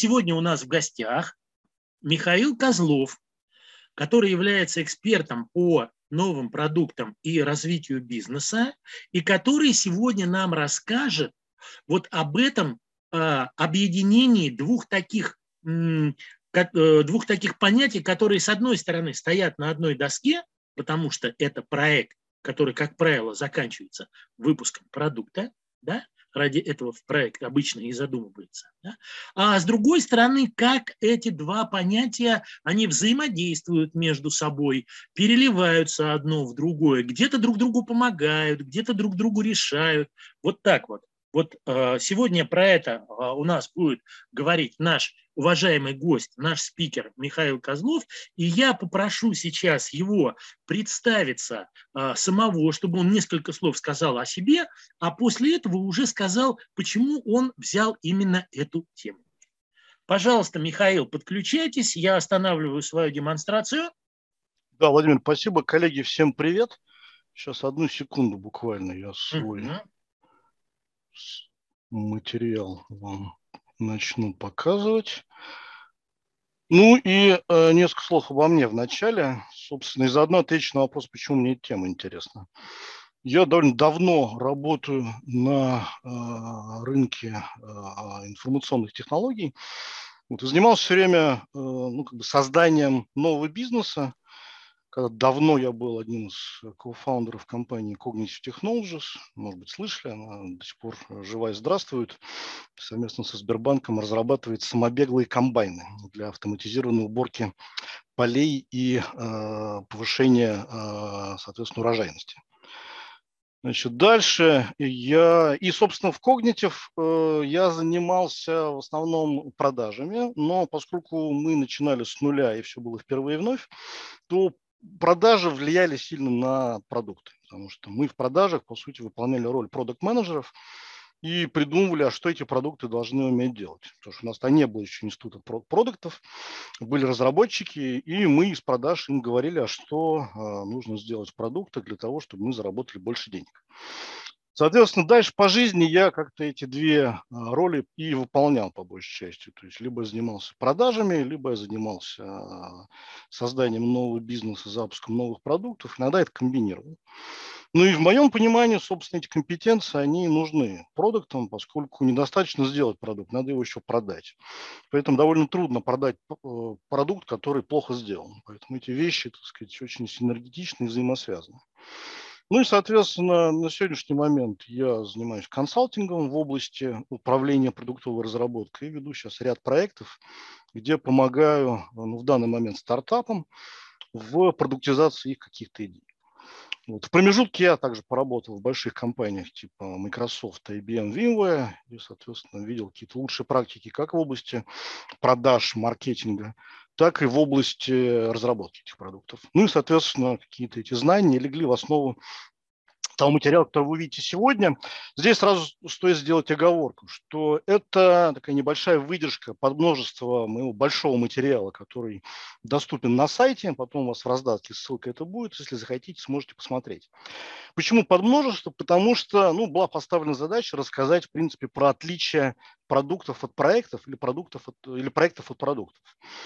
сегодня у нас в гостях Михаил Козлов, который является экспертом по новым продуктам и развитию бизнеса, и который сегодня нам расскажет вот об этом объединении двух таких понятий, которые, с одной стороны, стоят на одной доске, потому что это проект, который, как правило, заканчивается выпуском продукта, да? Ради этого в проект обычно и задумывается. Да? А с другой стороны, как эти два понятия, они взаимодействуют между собой, переливаются одно в другое, где-то друг другу помогают, где-то друг другу решают. Вот так вот. Вот сегодня про это у нас будет говорить наш уважаемый гость, наш спикер Михаил Козлов, и я попрошу сейчас его представиться самого, чтобы он несколько слов сказал о себе, а после этого уже сказал, почему он взял именно эту тему. Пожалуйста, Михаил, подключайтесь, я останавливаю свою демонстрацию. Да, Владимир, спасибо. Коллеги, всем привет. Сейчас одну секунду буквально я свой материал вам начну показывать. Ну и несколько слов обо мне в начале. Собственно, и заодно отвечу на вопрос, почему мне эта тема интересна. Я довольно давно работаю на рынке информационных технологий. Вот, и занимался все время созданием нового бизнеса. Когда давно я был одним из кофаундеров компании Cognitive Technologies, может быть, слышали, она до сих пор жива и здравствует. Совместно со Сбербанком разрабатывает самобеглые комбайны для автоматизированной уборки полей и повышения, соответственно, урожайности. Значит, дальше собственно, в Cognitive я занимался в основном продажами, но поскольку мы начинали с нуля и все было впервые и вновь, то продажи влияли сильно на продукты, потому что мы в продажах, по сути, выполняли роль продакт-менеджеров и придумывали, а что эти продукты должны уметь делать. Потому что у нас там не было еще института продуктов, были разработчики, и мы из продаж им говорили, а что нужно сделать в продуктах для того, чтобы мы заработали больше денег. Соответственно, дальше по жизни я как-то эти две роли и выполнял по большей части. То есть либо я занимался продажами, либо я занимался созданием нового бизнеса, запуском новых продуктов. Иногда это комбинировал. Ну и в моем понимании, собственно, эти компетенции, они нужны продуктам, поскольку недостаточно сделать продукт, надо его еще продать. Поэтому довольно трудно продать продукт, который плохо сделан. Поэтому эти вещи, так сказать, очень синергетичны и взаимосвязаны. Ну и, соответственно, на сегодняшний момент я занимаюсь консалтингом в области управления продуктовой разработкой и веду сейчас ряд проектов, где помогаю в данный момент стартапам в продуктизации их каких-то идей. Вот. В промежутке я также поработал в больших компаниях типа Microsoft, IBM, VMware и, соответственно, видел какие-то лучшие практики как в области продаж, маркетинга, так и в области разработки этих продуктов. Ну и, соответственно, какие-то эти знания легли в основу того материала, который вы видите сегодня. Здесь сразу стоит сделать оговорку, что это такая небольшая выдержка под множество моего большого материала, который доступен на сайте. Потом у вас в раздатке ссылка это будет. Если захотите, сможете посмотреть. Почему под множество? Потому что была поставлена задача рассказать, в принципе, про отличия продуктов от проектов или проектов от продуктов.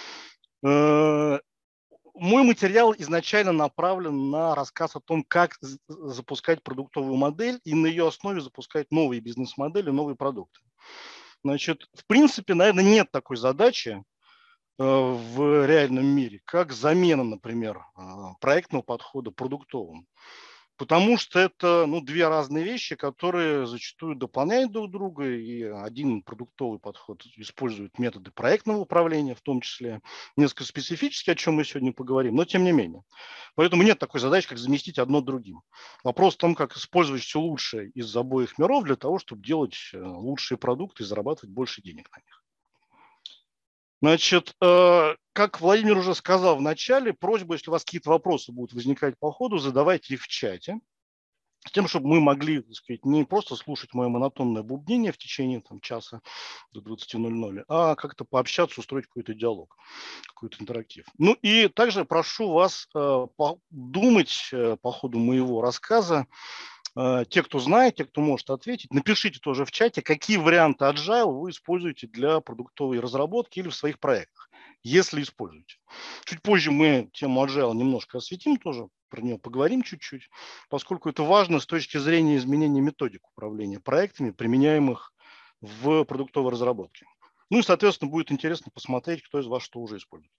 Мой материал изначально направлен на рассказ о том, как запускать продуктовую модель и на ее основе запускать новые бизнес-модели, новые продукты. Значит, в принципе, наверное, нет такой задачи в реальном мире, как замена, например, проектного подхода продуктовым. Потому что это две разные вещи, которые зачастую дополняют друг друга. И один продуктовый подход использует методы проектного управления, в том числе несколько специфически, о чем мы сегодня поговорим, но тем не менее. Поэтому нет такой задачи, как заместить одно другим. Вопрос в том, как использовать все лучшее из обоих миров для того, чтобы делать лучшие продукты и зарабатывать больше денег на них. Значит, как Владимир уже сказал в начале, просьба, если у вас какие-то вопросы будут возникать по ходу, задавайте их в чате, с тем, чтобы мы могли, так сказать, не просто слушать мое монотонное бубнение в течение часа до 20:00, а как-то пообщаться, устроить какой-то диалог, какой-то интерактив. Ну и также прошу вас подумать по ходу моего рассказа, Те, кто знает, те, кто может ответить, напишите тоже в чате, какие варианты Agile вы используете для продуктовой разработки или в своих проектах, если используете. Чуть позже мы тему Agile немножко осветим тоже, про нее поговорим чуть-чуть, поскольку это важно с точки зрения изменения методик управления проектами, применяемых в продуктовой разработке. Ну и, соответственно, будет интересно посмотреть, кто из вас что уже использует.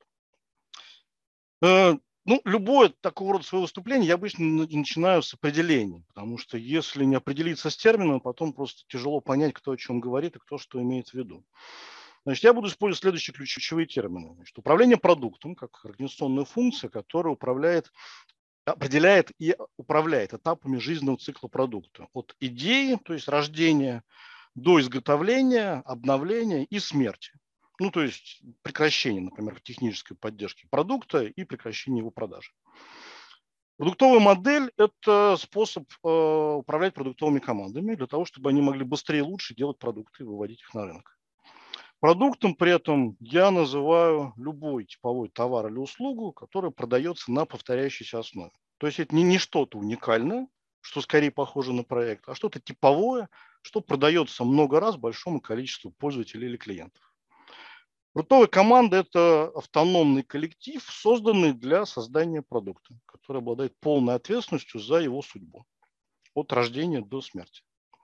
Ну, любое такого рода свое выступление я обычно начинаю с определения, потому что если не определиться с термином, потом просто тяжело понять, кто о чем говорит и кто что имеет в виду. Значит, я буду использовать следующие ключевые термины. Значит, управление продуктом как организационная функция, которая определяет и управляет этапами жизненного цикла продукта. От идеи, то есть рождения, до изготовления, обновления и смерти. Ну, то есть прекращение, например, технической поддержки продукта и прекращение его продажи. Продуктовая модель – это способ управлять продуктовыми командами для того, чтобы они могли быстрее и лучше делать продукты и выводить их на рынок. Продуктом при этом я называю любой типовой товар или услугу, который продается на повторяющейся основе. То есть это не что-то уникальное, что скорее похоже на проект, а что-то типовое, что продается много раз большому количеству пользователей или клиентов. Продуктовая команда – это автономный коллектив, созданный для создания продукта, который обладает полной ответственностью за его судьбу от рождения до смерти.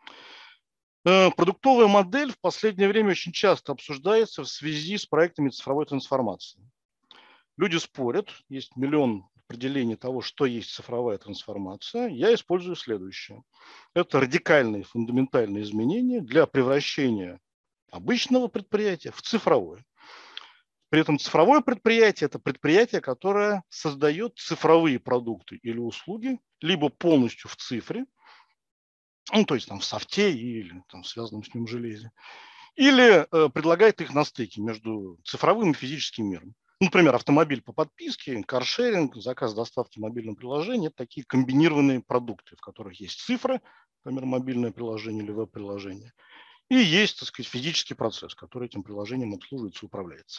Продуктовая модель в последнее время очень часто обсуждается в связи с проектами цифровой трансформации. Люди спорят, есть миллион определений того, что есть цифровая трансформация. Я использую следующее. Это радикальные фундаментальные изменения для превращения обычного предприятия в цифровое. При этом цифровое предприятие – это предприятие, которое создает цифровые продукты или услуги, либо полностью в цифре, ну, то есть там в софте или там, в связанном с ним железе, или предлагает их на стыке между цифровым и физическим миром. Например, автомобиль по подписке, каршеринг, заказ доставки в мобильном приложении – это такие комбинированные продукты, в которых есть цифры, например, мобильное приложение или веб-приложение, и есть, так сказать, физический процесс, который этим приложением обслуживается и управляется.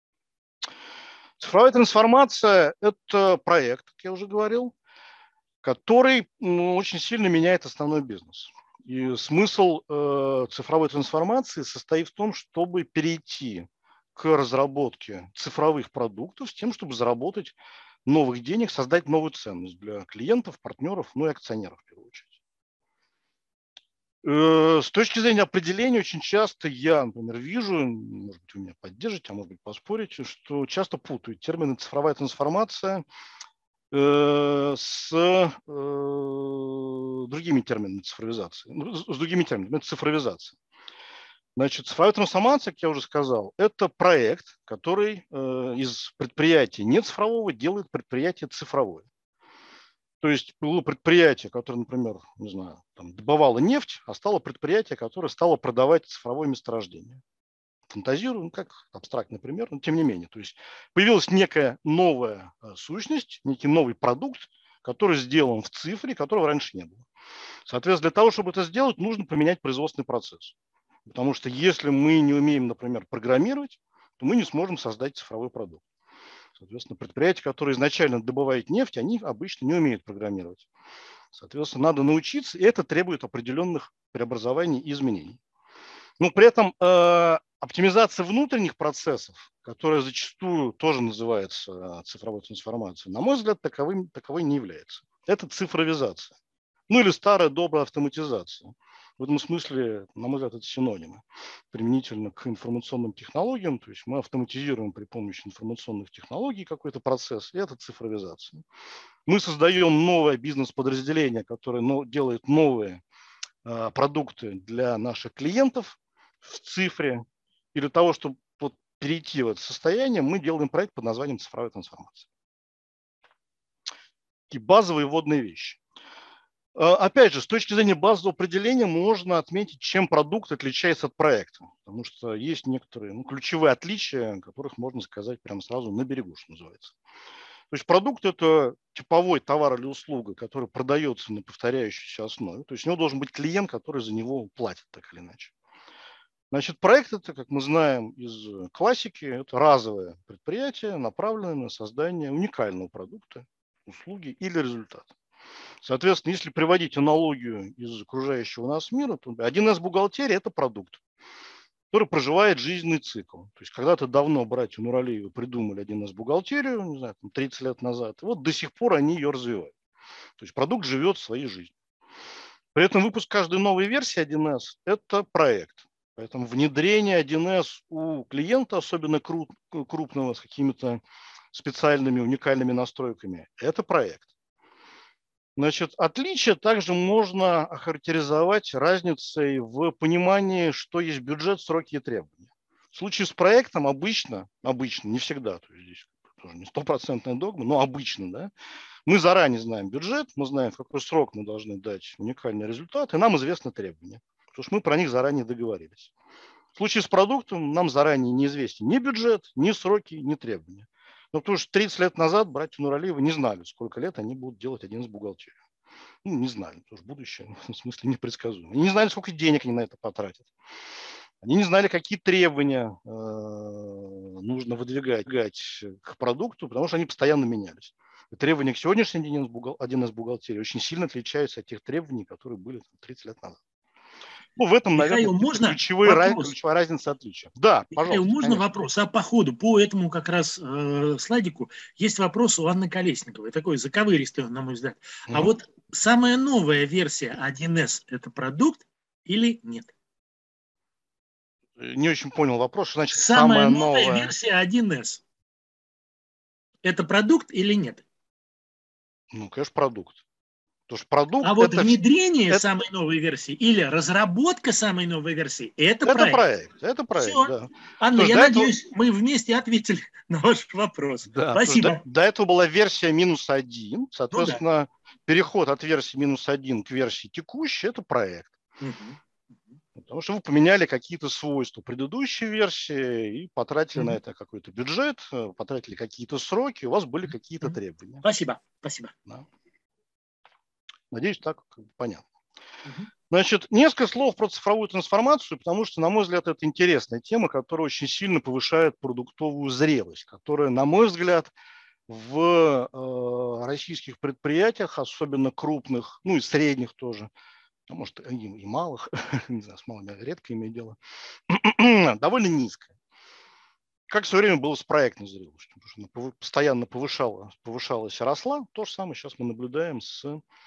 Цифровая трансформация – это проект, как я уже говорил, который очень сильно меняет основной бизнес. И смысл цифровой трансформации состоит в том, чтобы перейти к разработке цифровых продуктов с тем, чтобы заработать новых денег, создать новую ценность для клиентов, партнеров, ну и акционеров в первую очередь. С точки зрения определения, очень часто я, например, вижу, может быть, вы меня поддержите, а может быть, поспорите, что часто путают термины цифровая трансформация с другими терминами цифровизации, с другими терминами, это цифровизация. Значит, цифровая трансформация, как я уже сказал, это проект, который из предприятия не цифрового делает предприятие цифровое. То есть было предприятие, которое, например, не знаю, там, добывало нефть, а стало предприятие, которое стало продавать цифровое месторождение. Фантазирую, ну, как абстрактный пример, но тем не менее. То есть появилась некая новая сущность, некий новый продукт, который сделан в цифре, которого раньше не было. Соответственно, для того, чтобы это сделать, нужно поменять производственный процесс. Потому что если мы не умеем, например, программировать, то мы не сможем создать цифровой продукт. Соответственно, предприятия, которые изначально добывают нефть, они обычно не умеют программировать. Соответственно, надо научиться, и это требует определенных преобразований и изменений. Но при этом оптимизация внутренних процессов, которая зачастую тоже называется цифровой трансформацией, на мой взгляд, таковой не является. Это цифровизация. Ну или старая добрая автоматизация. В этом смысле, на мой взгляд, это синонимы применительно к информационным технологиям. То есть мы автоматизируем при помощи информационных технологий какой-то процесс, и это цифровизация. Мы создаем новое бизнес-подразделение, которое делает новые продукты для наших клиентов в цифре. И для того, чтобы перейти в это состояние, мы делаем проект под названием «Цифровая трансформация». Такие базовые вводные вещи. Опять же, с точки зрения базового определения можно отметить, чем продукт отличается от проекта. Потому что есть некоторые ключевые отличия, которых можно сказать прямо сразу на берегу, что называется. То есть продукт – это типовой товар или услуга, который продается на повторяющейся основе. То есть у него должен быть клиент, который за него платит так или иначе. Значит, проект – это, как мы знаем из классики, это разовое предприятие, направленное на создание уникального продукта, услуги или результата. Соответственно, если приводить аналогию из окружающего нас мира, то 1С бухгалтерия – это продукт, который проживает жизненный цикл. То есть когда-то давно братья Нуралиевы придумали 1С бухгалтерию, не знаю, 30 лет назад, и вот до сих пор они ее развивают. То есть продукт живет своей жизнью. При этом выпуск каждой новой версии 1С – это проект. Поэтому внедрение 1С у клиента, особенно крупного, с какими-то специальными уникальными настройками, это проект. Значит, отличие также можно охарактеризовать разницей в понимании, что есть бюджет, сроки и требования. В случае с проектом обычно, не всегда, то есть здесь тоже не стопроцентная догма, но обычно, да, мы заранее знаем бюджет, мы знаем, в какой срок мы должны дать уникальный результат, и нам известны требования, потому что мы про них заранее договорились. В случае с продуктом нам заранее неизвестен ни бюджет, ни сроки, ни требования. Ну, потому что 30 лет назад братья Нуралиевы не знали, сколько лет они будут делать 1С бухгалтерию. Ну, не знали, потому что будущее в смысле непредсказуемо. Они не знали, сколько денег они на это потратят. Они не знали, какие требования нужно выдвигать к продукту, потому что они постоянно менялись. И требования к сегодняшнему дню 1С бухгалтерии очень сильно отличаются от тех требований, которые были 30 лет назад. Ну, в этом, Михаил, наверное, можно ключевая вопрос? разница отличия. Да, Михаил, пожалуйста. можно конечно. вопрос? А по ходу, по этому как раз слайдику, есть вопрос у Анны Колесниковой, такой заковыристый, на мой взгляд. Угу. А вот самая новая версия 1С – это продукт или нет? Не очень понял вопрос. Что значит самая новая версия 1С – это продукт или нет? Ну, конечно, продукт. Потому что продукт а вот внедрение самой новой версии или разработка самой новой версии – это проект. Это проект, Все. да. Анна, я надеюсь, мы вместе ответили на ваш вопрос. Да, спасибо. До этого была версия -1, соответственно, переход от версии -1 к версии текущей – это проект. Потому что вы поменяли какие-то свойства предыдущей версии и потратили на это какой-то бюджет, потратили какие-то сроки, у вас были какие-то требования. Спасибо. Да. Надеюсь, так понятно. Значит, несколько слов про цифровую трансформацию, потому что, на мой взгляд, это интересная тема, которая очень сильно повышает продуктовую зрелость, которая, на мой взгляд, в российских предприятиях, особенно крупных, ну и средних тоже, а может и малых, не знаю, с малыми редко имею дело, довольно низкая. Как в свое время было с проектной зрелостью, потому что она постоянно повышалась и росла. То же самое сейчас мы наблюдаем с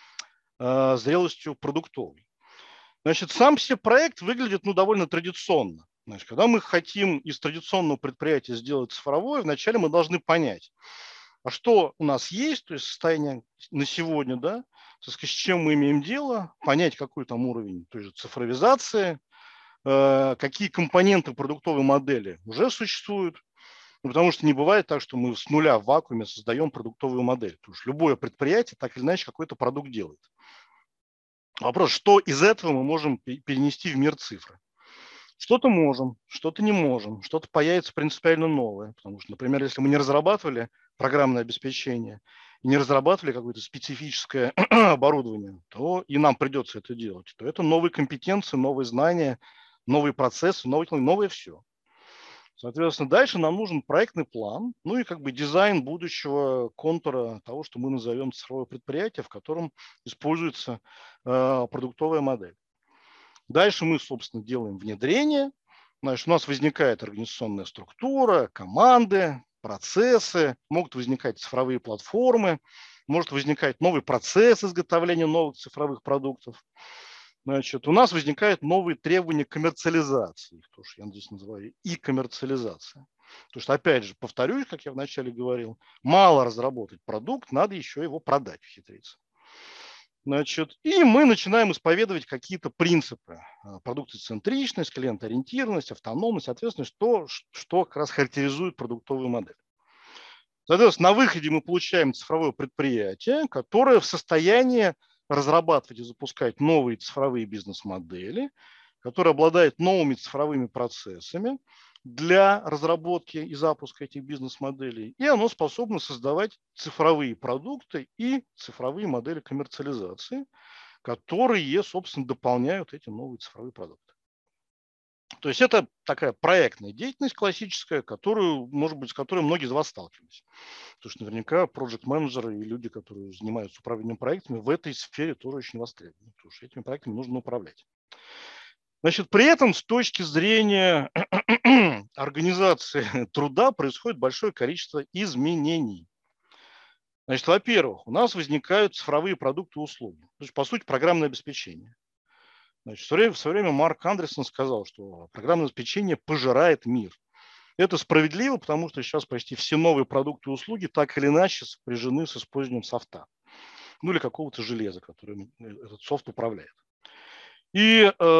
зрелостью продуктовой. Значит, сам себе проект выглядит довольно традиционно. Значит, когда мы хотим из традиционного предприятия сделать цифровое, вначале мы должны понять, а что у нас есть, то есть состояние на сегодня, да, с чем мы имеем дело, понять, какой там уровень той же цифровизации, какие компоненты продуктовой модели уже существуют. Потому что не бывает так, что мы с нуля в вакууме создаем продуктовую модель. Потому что любое предприятие так или иначе какой-то продукт делает. Вопрос, что из этого мы можем перенести в мир цифры? Что-то можем, что-то не можем, что-то появится принципиально новое. Потому что, например, если мы не разрабатывали программное обеспечение и не разрабатывали какое-то специфическое оборудование, то и нам придется это делать. То это новые компетенции, новые знания, новые процессы, новое все. Соответственно, дальше нам нужен проектный план, ну и дизайн будущего контура того, что мы назовем цифровое предприятие, в котором используется продуктовая модель. Дальше мы, собственно, делаем внедрение. Значит, у нас возникает организационная структура, команды, процессы, могут возникать цифровые платформы, может возникать новый процесс изготовления новых цифровых продуктов. Значит, у нас возникают новые требования к коммерциализации, то, что я здесь называю и коммерциализация. Потому что, опять же, повторюсь, как я вначале говорил, мало разработать продукт, надо еще его продать, ухитриться. Значит, и мы начинаем исповедовать какие-то принципы. Продуктоцентричность, клиентоориентированность, автономность, соответственно, что как раз характеризует продуктовую модель. Соответственно, на выходе мы получаем цифровое предприятие, которое в состоянии разрабатывать и запускать новые цифровые бизнес-модели, которые обладают новыми цифровыми процессами для разработки и запуска этих бизнес-моделей. И оно способно создавать цифровые продукты и цифровые модели коммерциализации, которые, собственно, дополняют эти новые цифровые продукты. То есть это такая проектная деятельность классическая, которую, может быть, с которой многие из вас сталкивались. Потому что наверняка проект-менеджеры и люди, которые занимаются управлением проектами, в этой сфере тоже очень востребованы. Потому что этими проектами нужно управлять. Значит, при этом с точки зрения организации труда происходит большое количество изменений. Значит, во-первых, у нас возникают цифровые продукты и услуги. То есть, по сути, программное обеспечение. Значит, в свое время Марк Андерсон сказал, что программное обеспечение пожирает мир. Это справедливо, потому что сейчас почти все новые продукты и услуги так или иначе сопряжены с использованием софта. Ну или какого-то железа, которым этот софт управляет. И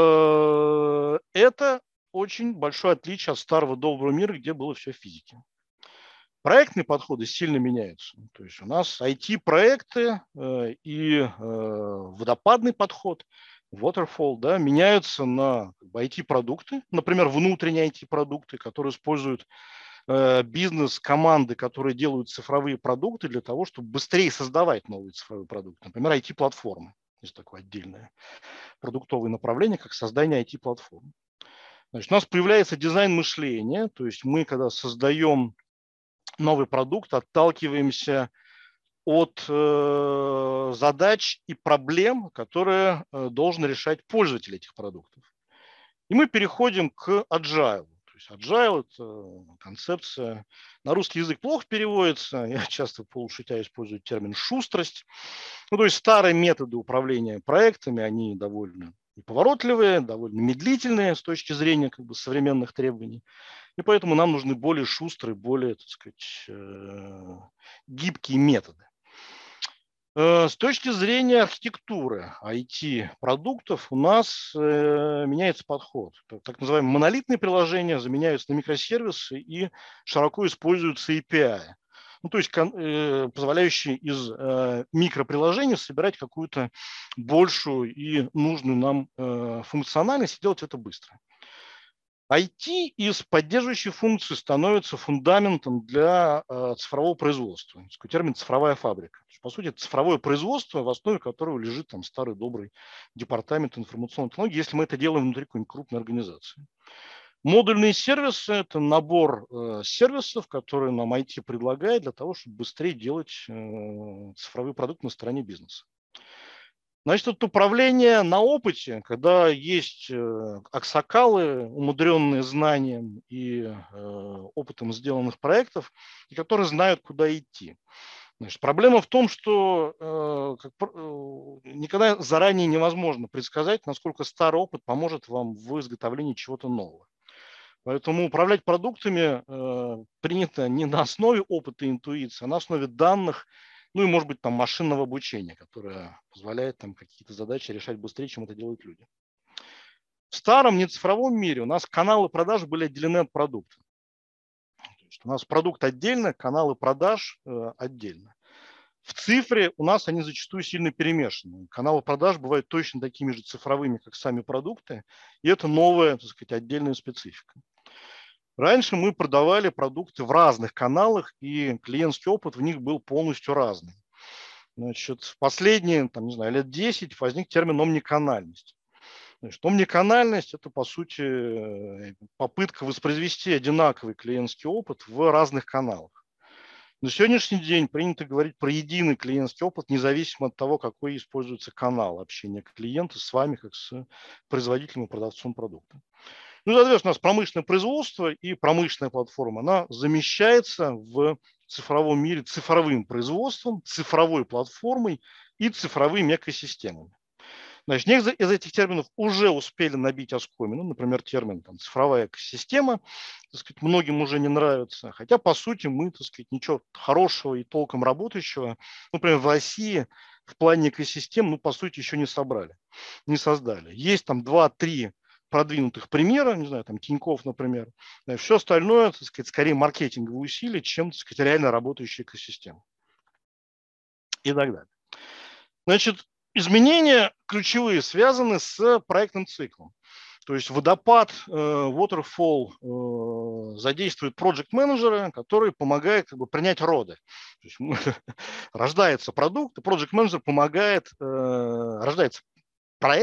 это очень большое отличие от старого доброго мира, где было все в физике. Проектные подходы сильно меняются. То есть у нас IT-проекты и водопадный подход, waterfall, да, меняются на IT-продукты, например, внутренние IT-продукты, которые используют бизнес-команды, которые делают цифровые продукты для того, чтобы быстрее создавать новые цифровые продукты. Например, IT-платформы. Есть такое отдельное продуктовое направление, как создание IT-платформ. Значит, у нас появляется дизайн мышления, то есть мы, когда создаем новый продукт, отталкиваемся от задач и проблем, которые должен решать пользователь этих продуктов. И мы переходим к agile. То есть agile – это концепция, на русский язык плохо переводится, я часто полушутя использую термин «шустрость». Ну, то есть старые методы управления проектами, они довольно неповоротливые, довольно медлительные с точки зрения современных требований. И поэтому нам нужны более шустрые, более, так сказать, гибкие методы. С точки зрения архитектуры IT-продуктов у нас меняется подход. Так называемые монолитные приложения заменяются на микросервисы и широко используются API. Ну, то есть позволяющие из микроприложений собирать какую-то большую и нужную нам функциональность и делать это быстро. IT из поддерживающей функции становится фундаментом для цифрового производства. Такой термин «цифровая фабрика». По сути, это цифровое производство, в основе которого лежит там старый добрый департамент информационной технологии, если мы это делаем внутри какой-нибудь крупной организации. Модульные сервисы – это набор сервисов, которые нам IT предлагает для того, чтобы быстрее делать цифровой продукт на стороне бизнеса. Значит, это управление на опыте, когда есть аксакалы, умудренные знанием и опытом сделанных проектов, и которые знают, куда идти. Значит, проблема в том, что никогда заранее невозможно предсказать, насколько старый опыт поможет вам в изготовлении чего-то нового. Поэтому управлять продуктами принято не на основе опыта и интуиции, а на основе данных, ну и, может быть, там машинного обучения, которое позволяет там какие-то задачи решать быстрее, чем это делают люди. В старом нецифровом мире у нас каналы продаж были отделены от продукта. То есть у нас продукт отдельно, каналы продаж отдельно. В цифре у нас они зачастую сильно перемешаны. Каналы продаж бывают точно такими же цифровыми, как сами продукты, и это новая, так сказать, отдельная специфика. Раньше мы продавали продукты в разных каналах, и клиентский опыт в них был полностью разный. Значит, в последние, там, не знаю, лет 10 возник термин омниканальность. Значит, омниканальность – это, по сути, попытка воспроизвести одинаковый клиентский опыт в разных каналах. На сегодняшний день принято говорить про единый клиентский опыт, независимо от того, какой используется канал общения клиента с вами, как с производителем и продавцом продукта. Ну, соответственно, у нас промышленное производство и промышленная платформа, она замещается в цифровом мире цифровым производством, цифровой платформой и цифровыми экосистемами. Значит, некоторые из этих терминов уже успели набить оскомину. Например, термин там, цифровая экосистема, так сказать, многим уже не нравится. Хотя, по сути, мы, так сказать, ничего хорошего и толком работающего, например, в России в плане экосистем, ну, по сути, еще не создали. Есть там 2-3 продвинутых примера, не знаю, там Тинькофф, например. Все остальное, так сказать, скорее маркетинговые усилия, чем, так сказать, реально работающая экосистема. И так далее. Значит, изменения ключевые связаны с проектным циклом. То есть водопад, waterfall задействует проект-менеджера, который помогает принять роды. То есть рождается продукт, и проект-менеджер помогает, рождается проект,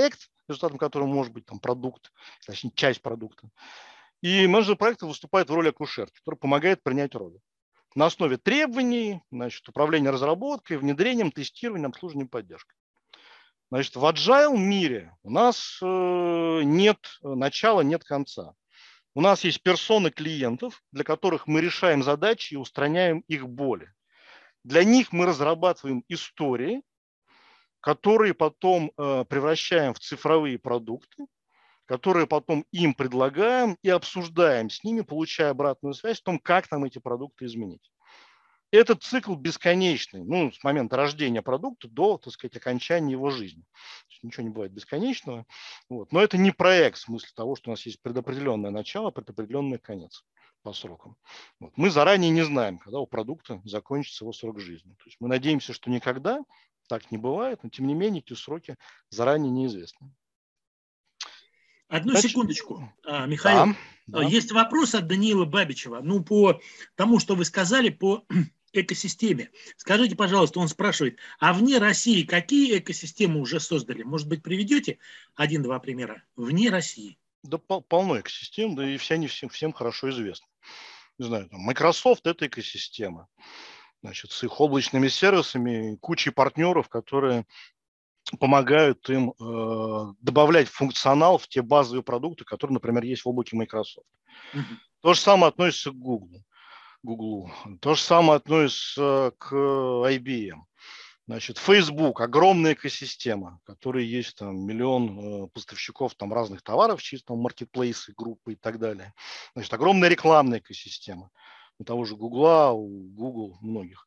результатом которого может быть там продукт, точнее часть продукта. И менеджер проекта выступает в роли акушерки, который помогает принять роды. На основе требований, значит, управления разработкой, внедрением, тестированием, обслуживанием, поддержкой. Значит, в agile мире у нас нет начала, нет конца. У нас есть персоны клиентов, для которых мы решаем задачи и устраняем их боли. Для них мы разрабатываем истории, которые потом превращаем в цифровые продукты, которые потом им предлагаем и обсуждаем с ними, получая обратную связь о том, как нам эти продукты изменить. Этот цикл бесконечный, ну, с момента рождения продукта до, так сказать, окончания его жизни. Ничего не бывает бесконечного. Вот. Но это не проект в смысле того, что у нас есть предопределенное начало, предопределенный конец по срокам. Вот. Мы заранее не знаем, когда у продукта закончится его срок жизни. То есть мы надеемся, что никогда так не бывает, но тем не менее эти сроки заранее неизвестны. Одну секундочку, Михаил. Да. Есть вопрос от Даниила Бабичева. Ну, по тому, что вы сказали, по экосистеме. Скажите, пожалуйста, он спрашивает, а вне России какие экосистемы уже создали? Может быть, приведете один-два примера? Вне России. Да полно экосистем, да и все они всем хорошо известны. Не знаю, там, Microsoft – это экосистема. Значит, с их облачными сервисами, кучей партнеров, которые помогают им добавлять функционал в те базовые продукты, которые, например, есть в облаке Microsoft. То же самое относится к Google. То же самое относится к IBM. Значит, Facebook – огромная экосистема, в которой есть там миллион поставщиков там, разных товаров, чисто маркетплейсы, группы и так далее. Значит, огромная рекламная экосистема. У того же Гугла, у Google, многих.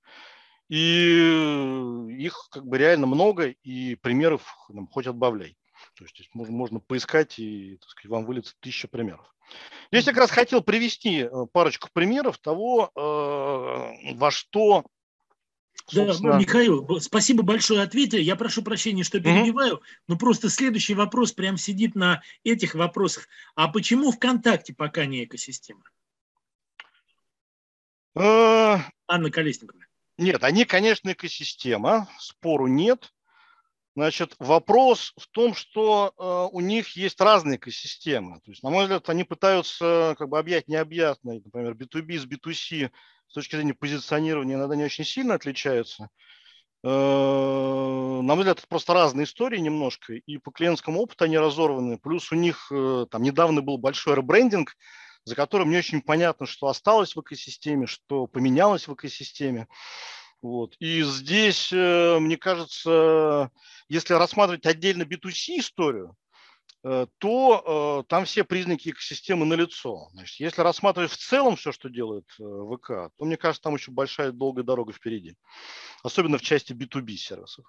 И их как бы реально много, и примеров там, хоть отбавляй. То есть можно поискать, и так сказать, вам выльется 1000 примеров. Здесь я как раз хотел привести парочку примеров того, во что, собственно... Да, Михаил, спасибо большое, ответили. Я прошу прощения, что перебиваю, но просто следующий вопрос прям сидит на этих вопросах. А почему ВКонтакте пока не экосистема? Анна Колесникова. Нет, они, конечно, экосистема, спору нет. Значит, вопрос в том, что у них есть разные экосистемы. То есть, на мой взгляд, они пытаются как бы объять необъятное. Например, B2B с B2C с точки зрения позиционирования иногда не очень сильно отличаются. На мой взгляд, это просто разные истории немножко. И по клиентскому опыту они разорваны. Плюс у них там недавно был большой ребрендинг, за которым не очень понятно, что осталось в экосистеме, что поменялось в экосистеме. Вот. И здесь, мне кажется, если рассматривать отдельно B2C историю, то там все признаки экосистемы налицо. Значит, если рассматривать в целом все, что делает ВК, то, мне кажется, там еще большая долгая дорога впереди. Особенно в части B2B сервисов.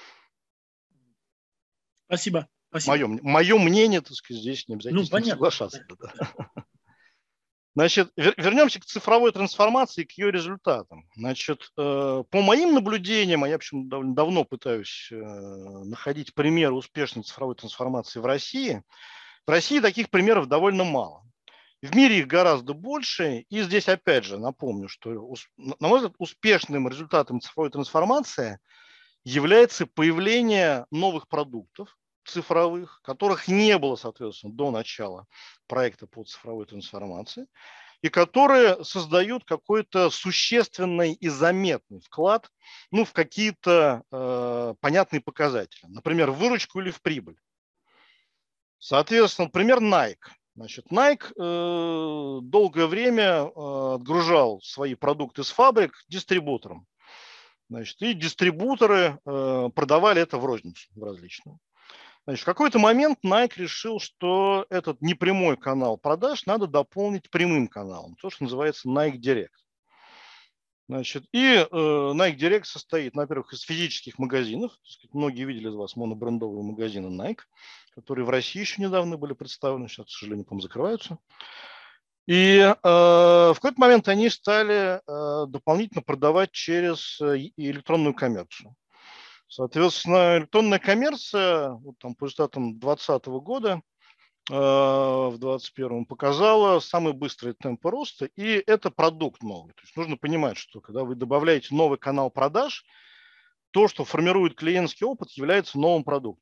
Спасибо. Мое мнение, так сказать, здесь не обязательно соглашаться. Да. Значит, вернемся к цифровой трансформации и к ее результатам. Значит, по моим наблюдениям, а я почему довольно давно пытаюсь находить примеры успешной цифровой трансформации в России таких примеров довольно мало. В мире их гораздо больше. И здесь опять же напомню, что, на мой взгляд, успешным результатом цифровой трансформации является появление новых продуктов цифровых, которых не было, соответственно, до начала проекта по цифровой трансформации, и которые создают какой-то существенный и заметный вклад в какие-то понятные показатели. Например, в выручку или в прибыль. Соответственно, например, Nike. Значит, Nike долгое время отгружал свои продукты с фабрик дистрибуторам. Значит, и дистрибуторы продавали это в розницу, в различную. Значит, в какой-то момент Nike решил, что этот непрямой канал продаж надо дополнить прямым каналом, то, что называется Nike Direct. Значит, и Nike Direct состоит, во-первых, из физических магазинов. Многие видели из вас монобрендовые магазины Nike, которые в России еще недавно были представлены, сейчас, к сожалению, по-моему, закрываются. И в какой-то момент они стали дополнительно продавать через электронную коммерцию. Соответственно, электронная коммерция вот там, по результатам 2020 года в 2021 показала самые быстрые темпы роста, и это продукт новый. То есть нужно понимать, что когда вы добавляете новый канал продаж, то, что формирует клиентский опыт, является новым продуктом.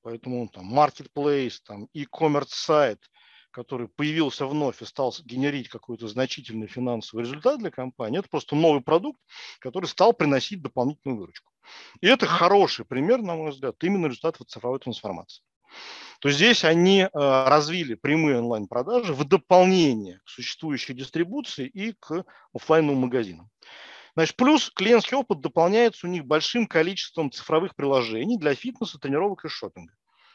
Поэтому там marketplace, там e-commerce сайт, который появился вновь и стал генерить какой-то значительный финансовый результат для компании, это просто новый продукт, который стал приносить дополнительную выручку. И это хороший пример, на мой взгляд, именно результатов цифровой трансформации. То есть здесь они развили прямые онлайн-продажи в дополнение к существующей дистрибуции и к офлайновым магазинам. Значит, плюс клиентский опыт дополняется у них большим количеством цифровых приложений для фитнеса, тренировок и шопинга.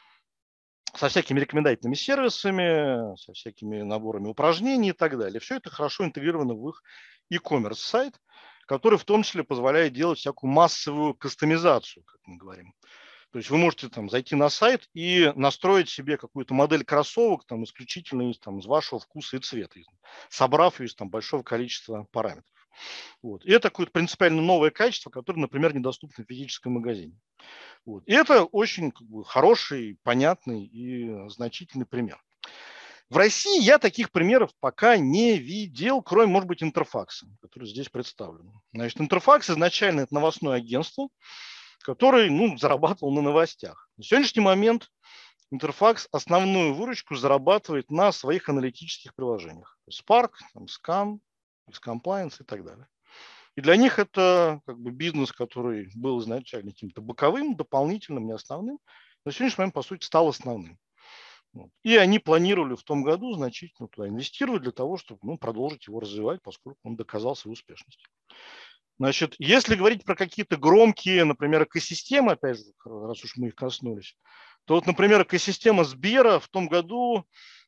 Со всякими рекомендательными сервисами, со всякими наборами упражнений и так далее. Все это хорошо интегрировано в их e-commerce сайт, который в том числе позволяет делать всякую массовую кастомизацию, как мы говорим. То есть вы можете там зайти на сайт и настроить себе какую-то модель кроссовок там, исключительно из вашего вкуса и цвета, собрав ее из там, большого количества параметров. Вот. И это какое-то принципиально новое качество, которое, например, недоступно в физическом магазине. Вот. И это очень хороший, понятный и значительный пример. В России я таких примеров пока не видел, кроме, может быть, Интерфакса, который здесь представлен. Значит, Интерфакс изначально это новостное агентство, которое зарабатывал на новостях. На сегодняшний момент Интерфакс основную выручку зарабатывает на своих аналитических приложениях. Spark, Scan, X-Compliance и так далее. И для них это бизнес, который был изначально каким-то боковым, дополнительным, не основным, на сегодняшний момент, по сути, стал основным. Вот. И они планировали в том году значительно туда инвестировать для того, чтобы продолжить его развивать, поскольку он доказал свою успешность. Значит, если говорить про какие-то громкие, например, экосистемы, опять же, раз уж мы их коснулись, то вот, например, экосистема Сбера в том году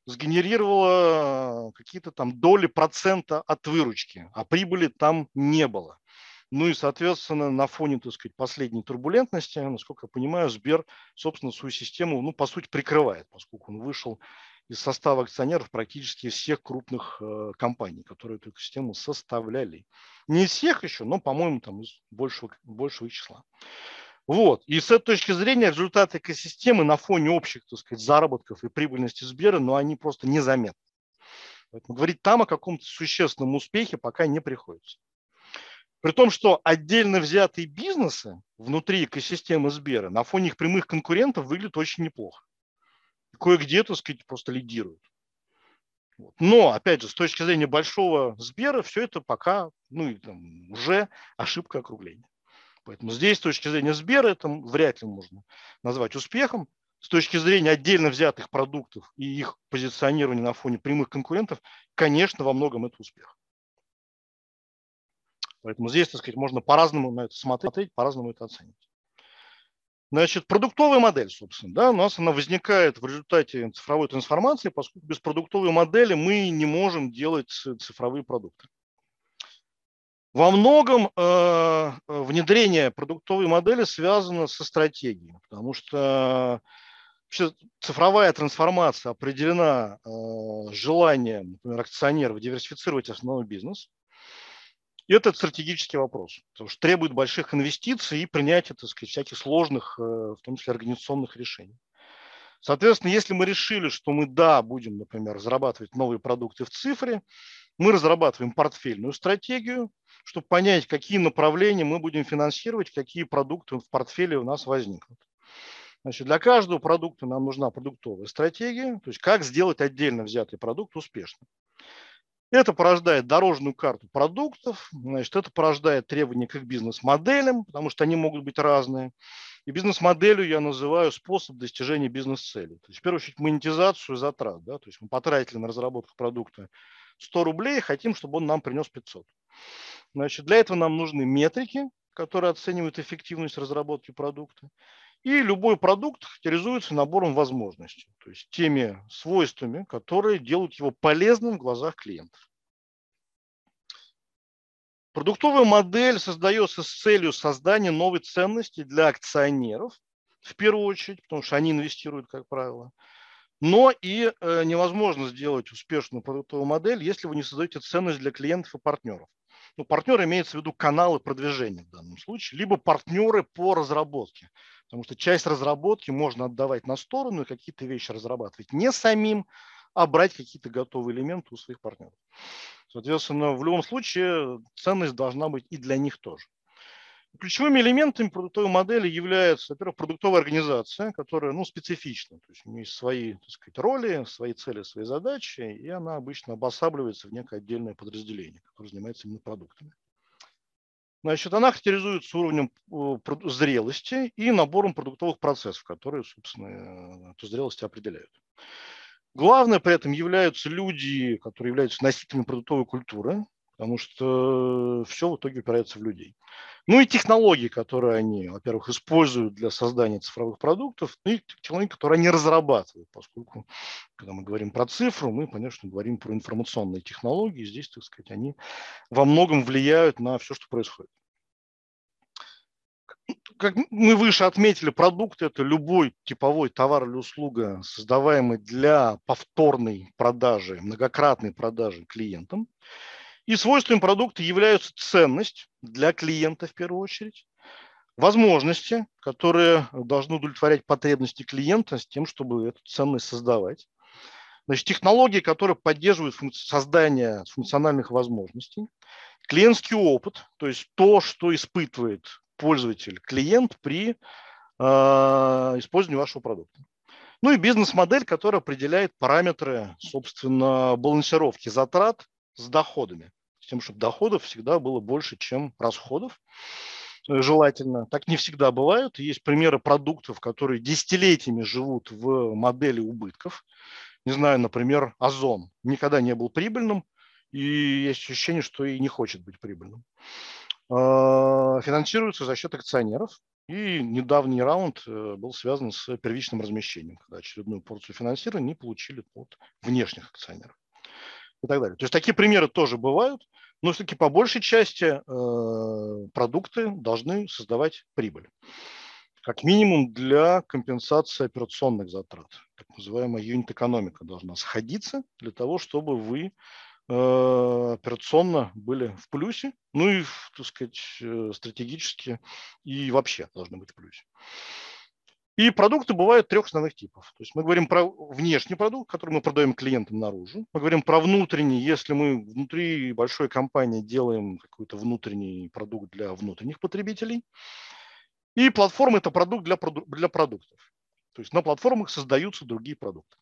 сгенерировала какие-то там доли процента от выручки, а прибыли там не было. Ну и, соответственно, на фоне, так сказать, последней турбулентности, насколько я понимаю, Сбер, собственно, свою систему, по сути, прикрывает, поскольку он вышел из состава акционеров практически из всех крупных компаний, которые эту экосистему составляли. Не из всех еще, но, по-моему, там из большего числа. Вот. И с этой точки зрения результаты экосистемы на фоне общих, так сказать, заработков и прибыльности Сбера, они просто незаметны. Поэтому говорить там о каком-то существенном успехе пока не приходится. При том, что отдельно взятые бизнесы внутри экосистемы Сбера на фоне их прямых конкурентов выглядят очень неплохо. Кое-где, так сказать, просто лидируют. Но, опять же, с точки зрения большого Сбера, все это пока уже ошибка округления. Поэтому здесь, с точки зрения Сбера, это вряд ли можно назвать успехом. С точки зрения отдельно взятых продуктов и их позиционирования на фоне прямых конкурентов, конечно, во многом это успех. Поэтому здесь, так сказать, можно по-разному на это смотреть, по-разному это оценить. Значит, продуктовая модель, собственно, у нас она возникает в результате цифровой трансформации, поскольку без продуктовой модели мы не можем делать цифровые продукты. Во многом внедрение продуктовой модели связано со стратегией, потому что цифровая трансформация определена желанием, например, акционеров диверсифицировать основной бизнес. И это стратегический вопрос, потому что требует больших инвестиций и принятия, так сказать, всяких сложных, в том числе организационных решений. Соответственно, если мы решили, что мы, будем, например, разрабатывать новые продукты в цифре, мы разрабатываем портфельную стратегию, чтобы понять, какие направления мы будем финансировать, какие продукты в портфеле у нас возникнут. Значит, для каждого продукта нам нужна продуктовая стратегия, то есть как сделать отдельно взятый продукт успешным. Это порождает дорожную карту продуктов, значит, это порождает требования к их бизнес-моделям, потому что они могут быть разные. И бизнес-моделью я называю способ достижения бизнес-цели. То есть, в первую очередь, монетизацию затрат. То есть мы потратили на разработку продукта 100 рублей, хотим, чтобы он нам принес 500. Значит, для этого нам нужны метрики, которые оценивают эффективность разработки продукта. И любой продукт характеризуется набором возможностей, то есть теми свойствами, которые делают его полезным в глазах клиентов. Продуктовая модель создается с целью создания новой ценности для акционеров, в первую очередь, потому что они инвестируют, как правило. Но и невозможно сделать успешную продуктовую модель, если вы не создаете ценность для клиентов и партнеров. Партнеры имеется в виду каналы продвижения в данном случае, либо партнеры по разработке. Потому что часть разработки можно отдавать на сторону и какие-то вещи разрабатывать не самим, а брать какие-то готовые элементы у своих партнеров. Соответственно, в любом случае ценность должна быть и для них тоже. Ключевыми элементами продуктовой модели является, во-первых, продуктовая организация, которая специфична. То есть у нее есть свои, так сказать, роли, свои цели, свои задачи, и она обычно обосабливается в некое отдельное подразделение, которое занимается именно продуктами. Значит, она характеризуется уровнем зрелости и набором продуктовых процессов, которые, собственно, эту зрелость определяют. Главное при этом являются люди, которые являются носителями продуктовой культуры, потому что все в итоге упирается в людей. Ну и технологии, которые они, во-первых, используют для создания цифровых продуктов, и технологии, которые они разрабатывают, поскольку, когда мы говорим про цифру, мы, конечно, говорим про информационные технологии, здесь, так сказать, они во многом влияют на все, что происходит. Как мы выше отметили, продукт – это любой типовой товар или услуга, создаваемый для повторной продажи, многократной продажи клиентам. И свойствами продукта являются ценность для клиента в первую очередь, возможности, которые должны удовлетворять потребности клиента с тем, чтобы эту ценность создавать. Значит, технологии, которые поддерживают создание функциональных возможностей, клиентский опыт, то есть то, что испытывает пользователь, клиент при использовании вашего продукта. Ну и бизнес-модель, которая определяет параметры, собственно, балансировки затрат с доходами, с тем, чтобы доходов всегда было больше, чем расходов. Желательно. Так не всегда бывает. Есть примеры продуктов, которые десятилетиями живут в модели убытков. Не знаю, например, Озон никогда не был прибыльным, и есть ощущение, что и не хочет быть прибыльным. Финансируется за счет акционеров. И недавний раунд был связан с первичным размещением, когда очередную порцию финансирования не получили от внешних акционеров и так далее. То есть такие примеры тоже бывают, но все-таки по большей части продукты должны создавать прибыль. Как минимум для компенсации операционных затрат. Так называемая юнит-экономика должна сходиться для того, чтобы вы операционно были в плюсе, ну и, так сказать, стратегически и вообще должны быть в плюсе. И продукты бывают трех основных типов. То есть мы говорим про внешний продукт, который мы продаем клиентам наружу. Мы говорим про внутренний, если мы внутри большой компании делаем какой-то внутренний продукт для внутренних потребителей. И платформа – это продукт для продуктов. То есть на платформах создаются другие продукты.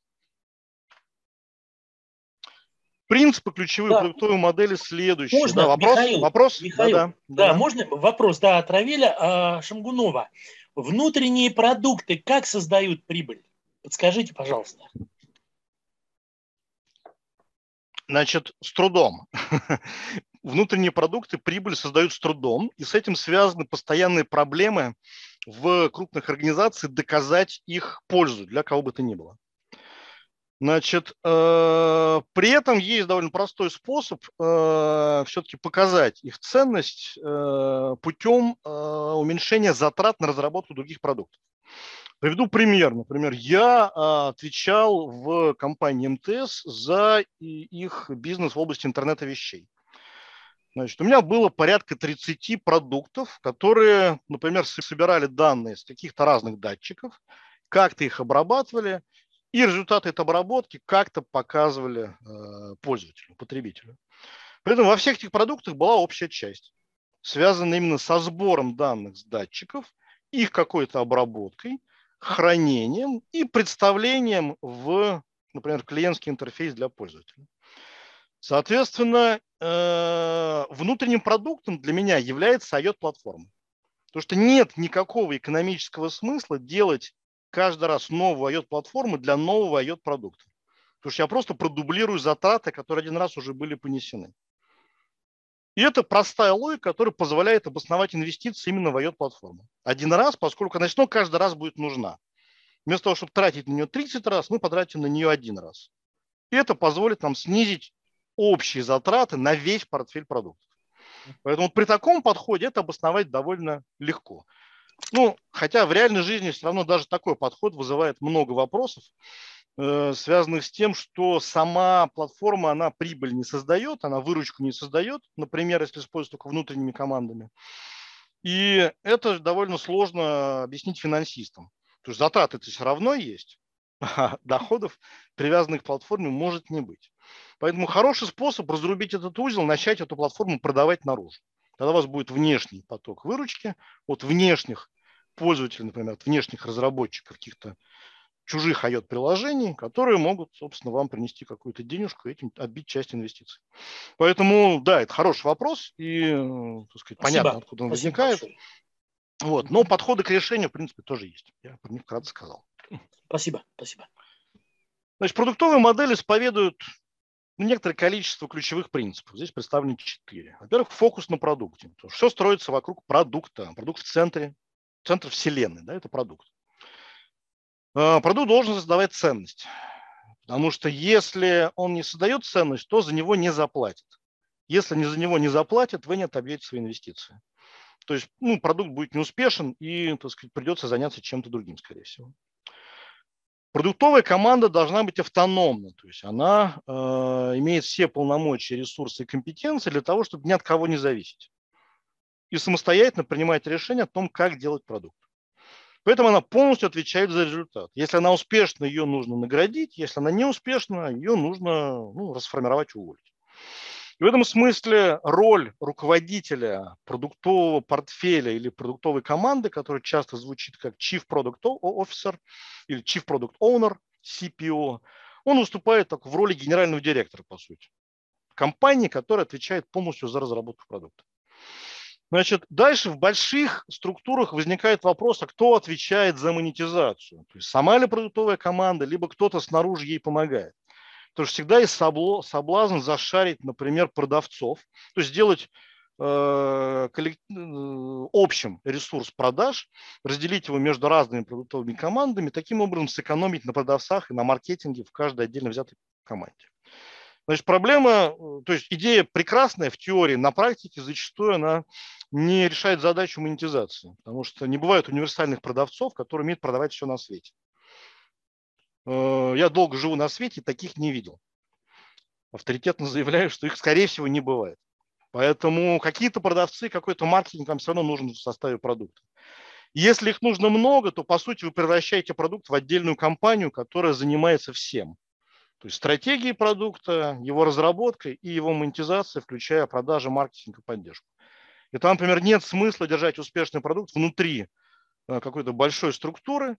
Принципы ключевые продуктовой модели следующие. Можно, да, вопрос? Михаил, да, можно вопрос, да, от Равиля Шамгунова. Внутренние продукты как создают прибыль? Подскажите, пожалуйста. Значит, с трудом. Внутренние продукты прибыль создают с трудом, и с этим связаны постоянные проблемы в крупных организациях доказать их пользу для кого бы то ни было. Значит, при этом есть довольно простой способ все-таки показать их ценность путем уменьшения затрат на разработку других продуктов. Приведу пример. Например, я отвечал в компании МТС за их бизнес в области интернета вещей. Значит, у меня было порядка 30 продуктов, которые, например, собирали данные с каких-то разных датчиков, как-то их обрабатывали, и результаты этой обработки как-то показывали пользователю, потребителю. При этом во всех этих продуктах была общая часть, связанная именно со сбором данных с датчиков, их какой-то обработкой, хранением и представлением в, например, клиентский интерфейс для пользователя. Соответственно, внутренним продуктом для меня является IoT-платформа. Потому что нет никакого экономического смысла делать каждый раз новую IoT-платформу для нового IoT-продукта. Потому что я просто продублирую затраты, которые один раз уже были понесены. И это простая логика, которая позволяет обосновать инвестиции именно в IoT-платформу. Один раз, поскольку она все равно каждый раз будет нужна. Вместо того, чтобы тратить на нее 30 раз, мы потратим на нее один раз. И это позволит нам снизить общие затраты на весь портфель продуктов. Поэтому при таком подходе это обосновать довольно легко. Ну, хотя в реальной жизни все равно даже такой подход вызывает много вопросов, связанных с тем, что сама платформа, она прибыль не создает, она выручку не создает, например, если использовать только внутренними командами. И это довольно сложно объяснить финансистам. Потому что затраты-то все равно есть, а доходов, привязанных к платформе, может не быть. Поэтому хороший способ разрубить этот узел, начать эту платформу продавать наружу. Тогда у вас будет внешний поток выручки от внешних пользователей, например, от внешних разработчиков каких-то чужих IoT-приложений, которые могут, собственно, вам принести какую-то денежку и этим отбить часть инвестиций. Поэтому, да, это хороший вопрос, и, так сказать, понятно, откуда он возникает. Вот. Но подходы к решению, в принципе, тоже есть. Я про них вкратце сказал. Спасибо. Значит, продуктовые модели исповедуют некоторое количество ключевых принципов. Здесь представлены 4. Во-первых, фокус на продукте. Все строится вокруг продукта. Продукт в центре, центр вселенной, да, это продукт. Продукт должен создавать ценность. Потому что если он не создает ценность, то за него не заплатят. Если за него не заплатят, вы не отобьете свои инвестиции. То есть продукт будет неуспешен и, так сказать, придется заняться чем-то другим, скорее всего. Продуктовая команда должна быть автономна, то есть она имеет все полномочия, ресурсы и компетенции для того, чтобы ни от кого не зависеть. И самостоятельно принимать решение о том, как делать продукт. Поэтому она полностью отвечает за результат. Если она успешна, ее нужно наградить. Если она не успешна, ее нужно расформировать и уволить. И в этом смысле роль руководителя продуктового портфеля или продуктовой команды, которая часто звучит как Chief Product Officer или Chief Product Owner, CPO, он выступает так в роли генерального директора, по сути, компании, которая отвечает полностью за разработку продукта. Значит, дальше в больших структурах возникает вопрос, а кто отвечает за монетизацию? То есть сама ли продуктовая команда, либо кто-то снаружи ей помогает. Потому что всегда есть соблазн зашарить, например, продавцов, то есть сделать общим ресурс продаж, разделить его между разными продуктовыми командами, таким образом сэкономить на продавцах и на маркетинге в каждой отдельно взятой команде. Значит, проблема, то есть идея прекрасная в теории, на практике зачастую она не решает задачу монетизации, потому что не бывает универсальных продавцов, которые умеют продавать все на свете. Я долго живу на свете, таких не видел. Авторитетно заявляю, что их, скорее всего, не бывает. Поэтому какие-то продавцы, какой-то маркетинг вам все равно нужен в составе продукта. Если их нужно много, то, по сути, вы превращаете продукт в отдельную компанию, которая занимается всем. То есть стратегией продукта, его разработкой и его монетизацией, включая продажи, маркетинг и поддержку. И там, например, нет смысла держать успешный продукт внутри какой-то большой структуры,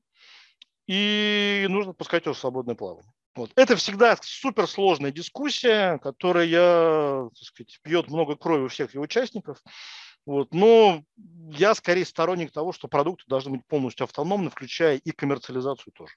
и нужно пускать его в свободное плавание. Вот. Это всегда суперсложная дискуссия, которая, так сказать, пьет много крови у всех ее участников. Вот. Но я скорее сторонник того, что продукты должны быть полностью автономны, включая и коммерциализацию тоже.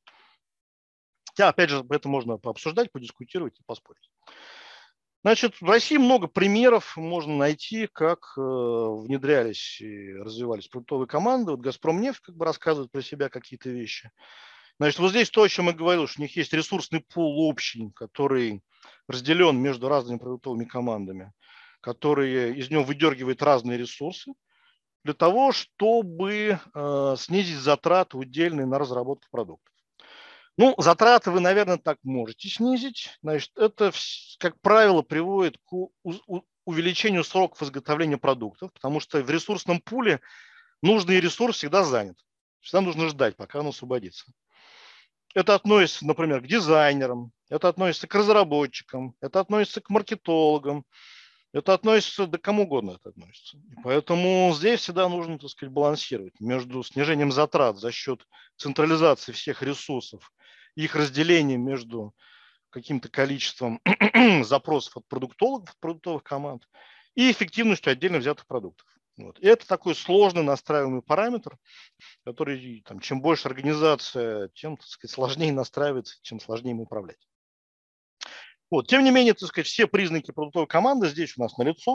Хотя, опять же, это можно пообсуждать, подискутировать и поспорить. Значит, в России много примеров можно найти, как внедрялись и развивались продуктовые команды. Вот «Газпромнефть» как бы рассказывает про себя какие-то вещи. Значит, вот здесь то, о чем я говорил, что у них есть ресурсный пул общий, который разделен между разными продуктовыми командами, которые из него выдергивают разные ресурсы для того, чтобы снизить затраты удельные на разработку продуктов. Затраты вы, наверное, так можете снизить. Значит, это, как правило, приводит к увеличению сроков изготовления продуктов, потому что в ресурсном пуле нужный ресурс всегда занят. Всегда нужно ждать, пока он освободится. Это относится, например, к дизайнерам, это относится к разработчикам, это относится к маркетологам, это относится, да кому угодно это относится. И поэтому здесь всегда нужно, так сказать, балансировать между снижением затрат за счет централизации всех ресурсов, их разделением между каким-то количеством запросов от продуктологов, от продуктовых команд и эффективностью отдельно взятых продуктов. Вот. И это такой сложный настраиваемый параметр, который, чем больше организация, тем, так сказать, сложнее настраивается, чем сложнее им управлять. Вот. Тем не менее, так сказать, все признаки продуктовой команды здесь у нас налицо.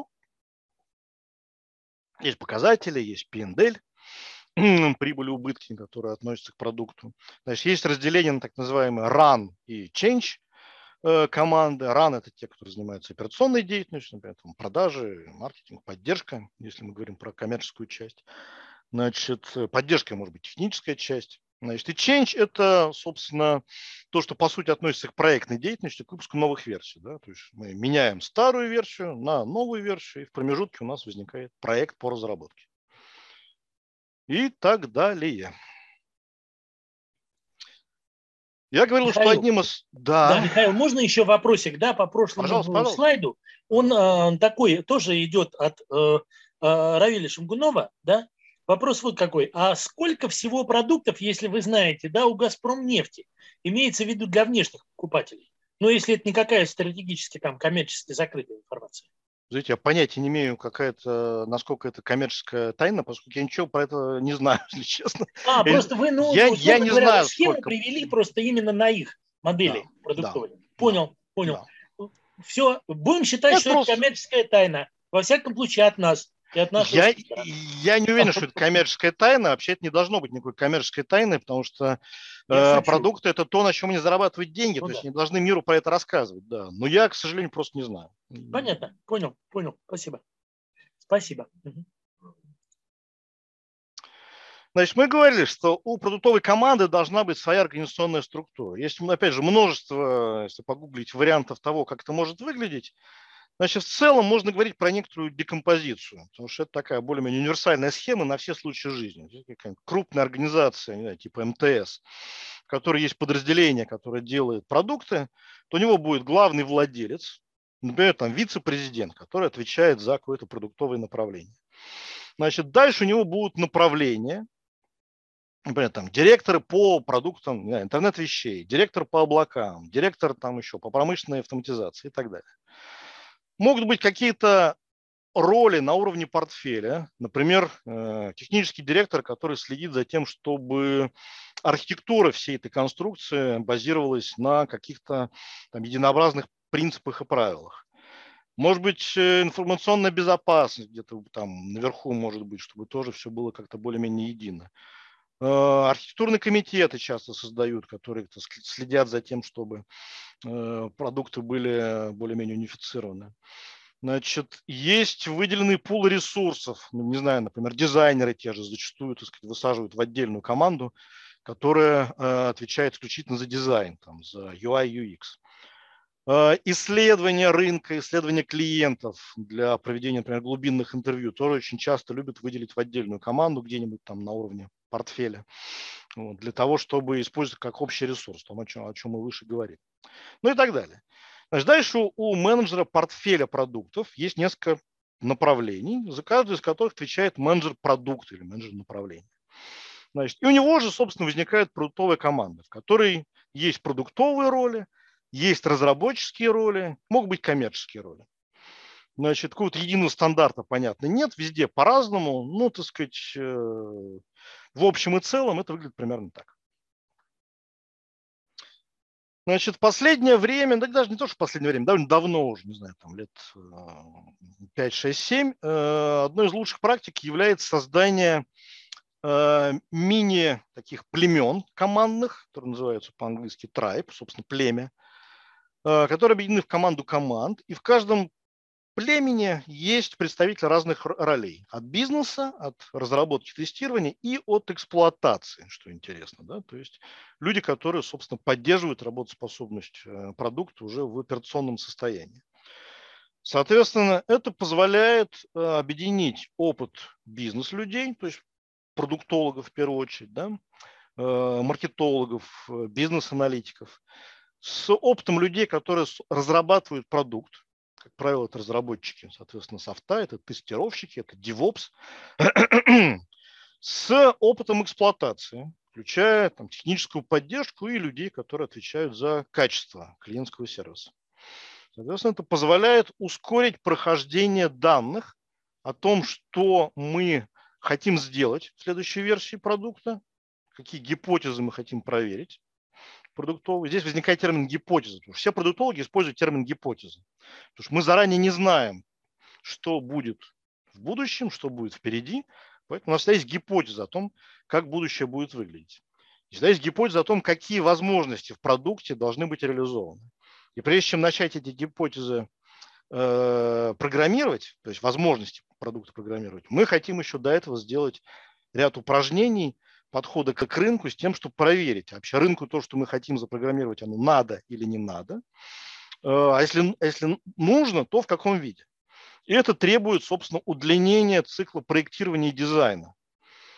Есть показатели, есть P&L, прибыль и убытки, которые относятся к продукту. Значит, есть разделение на так называемые run и change команды. Run – это те, которые занимаются операционной деятельностью, например, продажи, маркетинг, поддержка, если мы говорим про коммерческую часть. Значит, поддержка может быть техническая часть. Значит, и change – это, собственно, то, что по сути относится к проектной деятельности, к выпуску новых версий. Да? То есть мы меняем старую версию на новую версию, и в промежутке у нас возникает проект по разработке. И так далее. Я говорил, что Михаил, одним из... да, Да, Михаил, можно еще вопросик, да, по пожалуйста, прошлому пожалуйста. слайду? Он такой, тоже идет от Равиля Шамгунова, да? Вопрос вот какой. А сколько всего продуктов, если вы знаете, да, у «Газпромнефти» имеется в виду для внешних покупателей? Ну, если это никакая стратегически там коммерчески закрытая информация. Знаете, я понятия не имею, насколько это коммерческая тайна, поскольку я ничего про это не знаю, если честно. Просто вы, ну, Я условно не говоря, вот знаю, схему сколько... привели просто именно на их Да, модели да, продуктовой. да, Понял, понял. да. Все, будем считать, Это что это просто... коммерческая тайна. Во всяком случае, от нас и от нашей Я, узкой стороны. я не уверен, что это коммерческая тайна. Вообще это не должно быть никакой коммерческой тайной, потому что Я шучу. продукты – это то, на чем они зарабатывают деньги. Ну То есть да. они должны миру про это рассказывать. Да. Но я, к сожалению, просто не знаю. Понятно. Понял, понял. Спасибо. Спасибо. Значит, мы говорили, что у продуктовой команды должна быть своя организационная структура. Есть, опять же, множество, если погуглить, вариантов того, как это может выглядеть. Значит, в целом можно говорить про некоторую декомпозицию, потому что это такая более-менее универсальная схема на все случаи жизни. Крупная организация, не знаю, типа МТС, в которой есть подразделение, которое делает продукты, то у него будет главный владелец, например, там вице-президент, который отвечает за какое-то продуктовое направление. Значит, дальше у него будут направления, например, там, директоры по продуктам, не знаю, интернет-вещей, директор по облакам, директор там еще по промышленной автоматизации и так далее. Могут быть какие-то роли на уровне портфеля, например, технический директор, который следит за тем, чтобы архитектура всей этой конструкции базировалась на каких-то там единообразных принципах и правилах. Может быть, информационная безопасность где-то там наверху может быть, чтобы тоже все было как-то более-менее едино. Архитектурные комитеты часто создают, которые следят за тем, чтобы продукты были более-менее унифицированы. Значит, есть выделенный пул ресурсов. Ну, не знаю, например, дизайнеры те же зачастую, так сказать, высаживают в отдельную команду, которая отвечает исключительно за дизайн, там, за UI, UX. Исследование рынка, исследование клиентов для проведения, например, глубинных интервью тоже очень часто любят выделить в отдельную команду где-нибудь там на уровне портфеля, вот, для того, чтобы использовать как общий ресурс, о чем мы выше говорили. Ну и так далее. Значит, дальше у менеджера портфеля продуктов есть несколько направлений, за каждое из которых отвечает менеджер продукта или менеджер направления. Значит, и у него же, собственно, возникает продуктовая команда, в которой есть продуктовые роли, есть разработческие роли, могут быть коммерческие роли. Значит, какого-то единого стандарта, понятно, нет, везде по-разному, ну, так сказать, в общем и целом это выглядит примерно так. Значит, в последнее время, да даже не то, что в последнее время, довольно давно уже, не знаю, там лет 5, 6, 7, одной из лучших практик является создание мини таких племен командных, которые называются по-английски tribe, собственно, племя, которые объединены в команду команд, и в каждом племени есть представители разных ролей. От бизнеса, от разработки, тестирования и от эксплуатации, что интересно. Да? То есть люди, которые, собственно, поддерживают работоспособность продукта уже в операционном состоянии. Соответственно, это позволяет объединить опыт бизнес-людей, то есть продуктологов в первую очередь, да? Маркетологов, бизнес-аналитиков, с опытом людей, которые разрабатывают продукт. Как правило, это разработчики, соответственно, софта, это тестировщики, это DevOps, с опытом эксплуатации, включая там, техническую поддержку и людей, которые отвечают за качество клиентского сервиса. Соответственно, это позволяет ускорить прохождение данных о том, что мы хотим сделать в следующей версии продукта, какие гипотезы мы хотим проверить продуктовые. Здесь возникает термин гипотеза. Все продуктологи используют термин гипотеза. Потому что мы заранее не знаем, что будет в будущем, что будет впереди. Поэтому у нас всегда есть гипотеза о том, как будущее будет выглядеть. И всегда есть гипотеза о том, какие возможности в продукте должны быть реализованы. И прежде чем начать эти гипотезы программировать, то есть возможности продукта программировать, мы хотим еще до этого сделать ряд упражнений, подхода к рынку с тем, чтобы проверить, вообще рынку то, что мы хотим запрограммировать, оно надо или не надо. А если нужно, то в каком виде. И это требует, собственно, удлинения цикла проектирования и дизайна.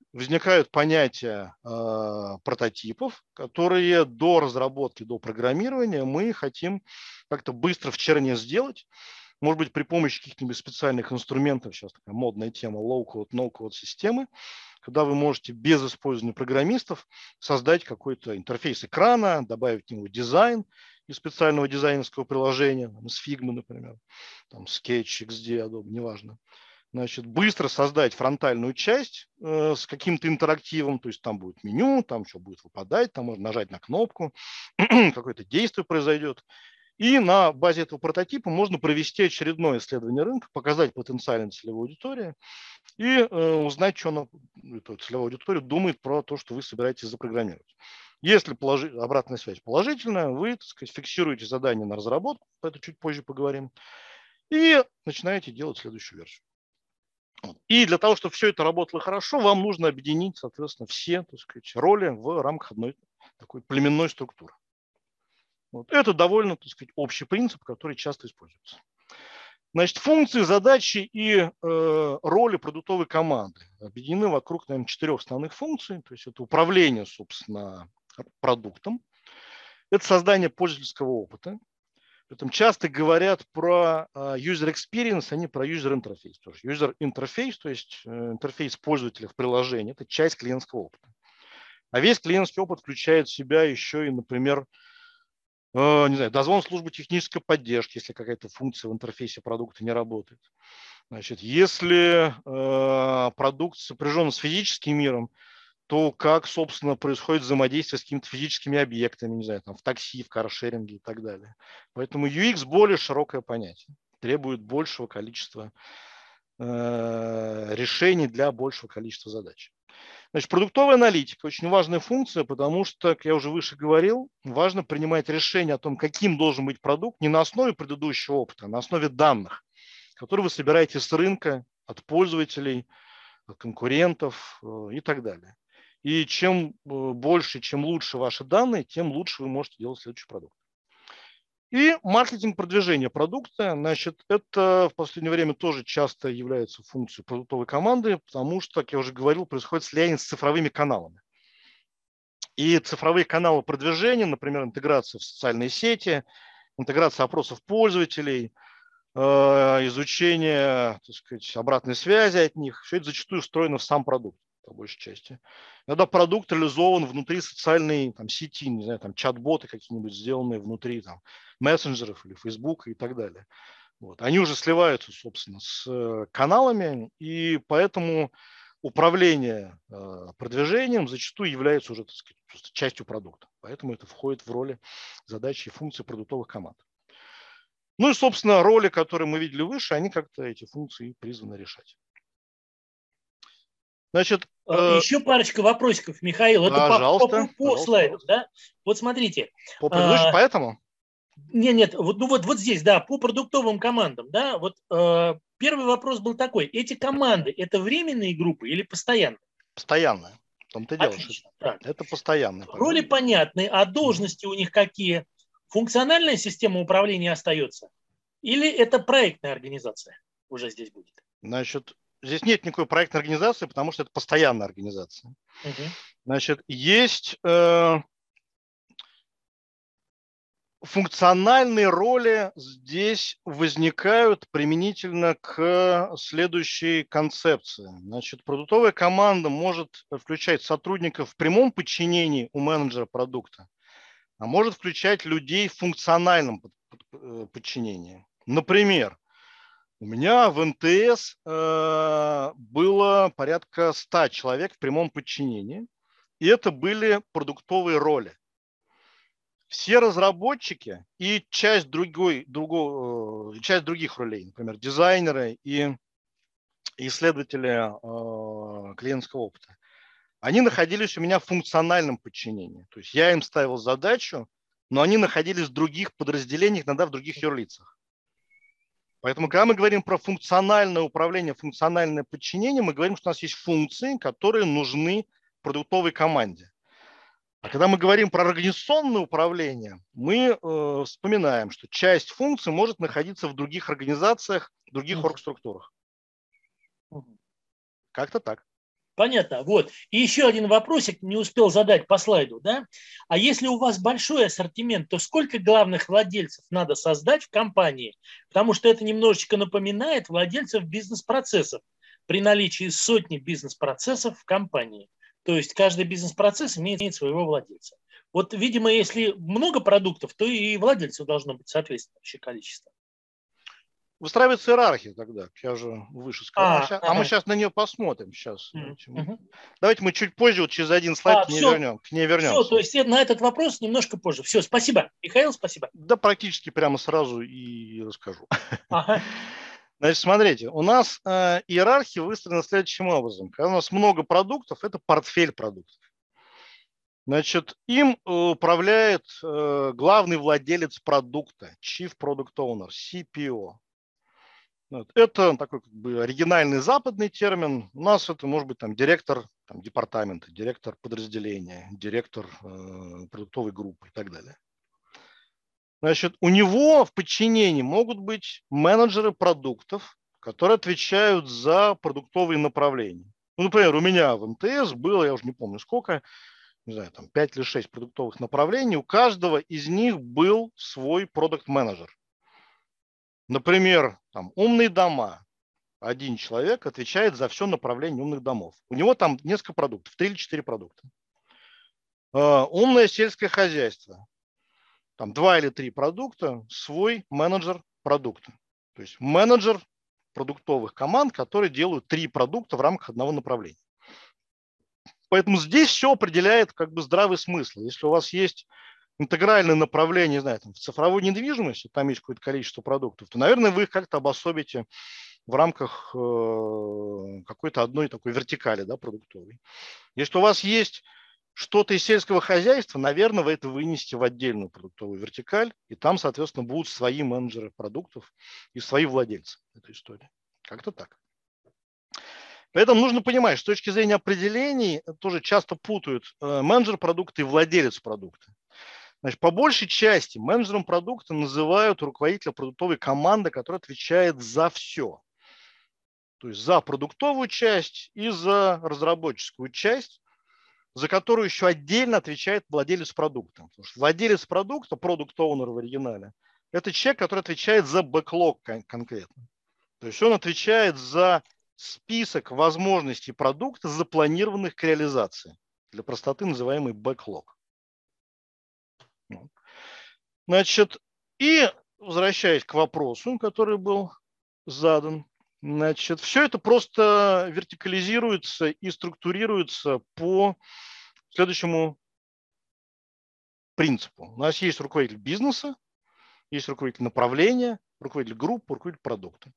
возникают понятия прототипов, которые до разработки, до программирования мы хотим как-то быстро в черне сделать. Может быть, при помощи каких-нибудь специальных инструментов, сейчас такая модная тема, low-code, no-code системы, когда вы можете без использования программистов создать какой-то интерфейс экрана, добавить к нему дизайн из специального дизайнерского приложения, из Figma, например, там Sketch, XD, Adobe, неважно. Значит, быстро создать фронтальную часть с каким-то интерактивом, то есть там будет меню, там что будет выпадать, там можно нажать на кнопку, какое-то действие произойдет. И на базе этого прототипа можно провести очередное исследование рынка, показать потенциальной целевой аудитории и узнать, что она, эта целевая аудитория думает про то, что вы собираетесь запрограммировать. Если обратная связь положительная, вы, так сказать, фиксируете задание на разработку, это чуть позже поговорим, и начинаете делать следующую версию. И для того, чтобы все это работало хорошо, вам нужно объединить, соответственно, все, так сказать, роли в рамках одной такой племенной структуры. Вот. Это довольно, так сказать, общий принцип, который часто используется. Значит, функции, задачи и роли продуктовой команды объединены вокруг, наверное, 4 основных функций. То есть это управление, собственно, продуктом, это создание пользовательского опыта. Притом часто говорят про user experience, а не про user interface. Тоже user interface, то есть интерфейс пользователя в приложении, это часть клиентского опыта. А весь клиентский опыт включает в себя еще и, например, не знаю, дозвон службы технической поддержки, если какая-то функция в интерфейсе продукта не работает. Значит, если продукт сопряжен с физическим миром, то как, собственно, происходит взаимодействие с какими-то физическими объектами, не знаю, там, в такси, в каршеринге и так далее. Поэтому UX более широкое понятие, требует большего количества решений для большего количества задач. Значит, продуктовая аналитика очень важная функция, потому что, как я уже выше говорил, важно принимать решение о том, каким должен быть продукт не на основе предыдущего опыта, а на основе данных, которые вы собираете с рынка, от пользователей, от конкурентов и так далее. И чем больше, чем лучше ваши данные, тем лучше вы можете делать следующий продукт. И маркетинг продвижения продукта, значит, это в последнее время тоже часто является функцией продуктовой команды, потому что, как я уже говорил, происходит слияние с цифровыми каналами. И цифровые каналы продвижения, например, интеграция в социальные сети, интеграция опросов пользователей, изучение, так сказать, обратной связи от них, все это зачастую встроено в сам продукт, по большей части. Иногда продукт реализован внутри социальной там, сети, не знаю, там чат-боты какие-нибудь сделанные внутри там, мессенджеров или Фейсбука и так далее. Вот. Они уже сливаются, собственно, с каналами, и поэтому управление продвижением зачастую является уже, так сказать, просто частью продукта. Поэтому это входит в роли задачи и функции продуктовых команд. Ну и, собственно, роли, которые мы видели выше, они как-то эти функции призваны решать. Значит, еще парочка вопросиков, Михаил. Это по слайдам, да? Вот смотрите. По предыдущему, поэтому? Нет, вот здесь, да, по продуктовым командам, да. Вот первый вопрос был такой: эти команды это временные группы или постоянные? Постоянные. В том-то и дело, что это постоянные. Роли понятны, а должности у них какие? Функциональная система управления остается? Или это проектная организация уже здесь будет? Значит, здесь нет никакой проектной организации, потому что это постоянная организация. Значит, есть функциональные роли здесь возникают применительно к следующей концепции. Значит, продуктовая команда может включать сотрудников в прямом подчинении у менеджера продукта, а может включать людей в функциональном подчинении. Например, у меня в НТС было порядка 100 человек в прямом подчинении, и это были продуктовые роли. Все разработчики и часть других ролей, например, дизайнеры и исследователи клиентского опыта, они находились у меня в функциональном подчинении. То есть я им ставил задачу, но они находились в других подразделениях, иногда в других юрлицах. Поэтому, когда мы говорим про функциональное управление, функциональное подчинение, мы говорим, что у нас есть функции, которые нужны продуктовой команде. А когда мы говорим про организационное управление, мы вспоминаем, что часть функций может находиться в других организациях, в других оргструктурах. Как-то так. Понятно. Вот. И еще один вопросик не успел задать по слайду. Да? А если у вас большой ассортимент, то сколько главных владельцев надо создать в компании? Потому что это немножечко напоминает владельцев бизнес-процессов при наличии сотни бизнес-процессов в компании. То есть каждый бизнес-процесс имеет своего владельца. Вот, видимо, если много продуктов, то и владельцев должно быть соответствующее количество. Выстраивается иерархия тогда, я уже выше сказал. Мы сейчас на нее посмотрим. Сейчас. Давайте мы чуть позже, вот через один слайд к ней вернемся. Все, то есть на этот вопрос немножко позже. Все, спасибо. Михаил, спасибо. Да, практически прямо сразу и расскажу. Ага. Значит, смотрите, у нас иерархия выстроена следующим образом. Когда у нас много продуктов, это портфель продуктов. Значит, им управляет главный владелец продукта, Chief Product Owner, CPO. Это такой как бы оригинальный западный термин. У нас это может быть там директор департамента, директор подразделения, директор продуктовой группы и так далее. Значит, у него в подчинении могут быть менеджеры продуктов, которые отвечают за продуктовые направления. Ну, например, у меня в МТС было, я уже не помню сколько, не знаю, там 5 или 6 продуктовых направлений. У каждого из них был свой продукт-менеджер. Например, там умные дома. Один человек отвечает за все направление умных домов. У него там несколько продуктов, 3 или 4 продукта. Умное сельское хозяйство. Там 2 или 3 продукта, свой менеджер продукта. То есть менеджер продуктовых команд, которые делают 3 продукта в рамках одного направления. Поэтому здесь все определяет как бы здравый смысл. Если у вас есть интегральное направление, не знаю, там, в цифровой недвижимости, там есть какое-то количество продуктов, то, наверное, вы их как-то обособите в рамках какой-то одной такой вертикали, да, продуктовой. Если у вас есть что-то из сельского хозяйства, наверное, вы это вынесете в отдельную продуктовую вертикаль, и там, соответственно, будут свои менеджеры продуктов и свои владельцы этой истории. Как-то так. Поэтому нужно понимать, что с точки зрения определений тоже часто путают менеджер продукта и владелец продукта. Значит, по большей части менеджером продукта называют руководителя продуктовой команды, который отвечает за все. То есть за продуктовую часть и за разработческую часть, за которую еще отдельно отвечает владелец продукта. Потому что владелец продукта, продукт-оунер в оригинале, это человек, который отвечает за бэклог конкретно. То есть он отвечает за список возможностей продукта, запланированных к реализации. Для простоты называемый бэклог. Значит, и возвращаясь к вопросу, который был задан, значит, все это просто вертикализируется и структурируется по следующему принципу. У нас есть руководитель бизнеса, есть руководитель направления, руководитель группы, руководитель продукта.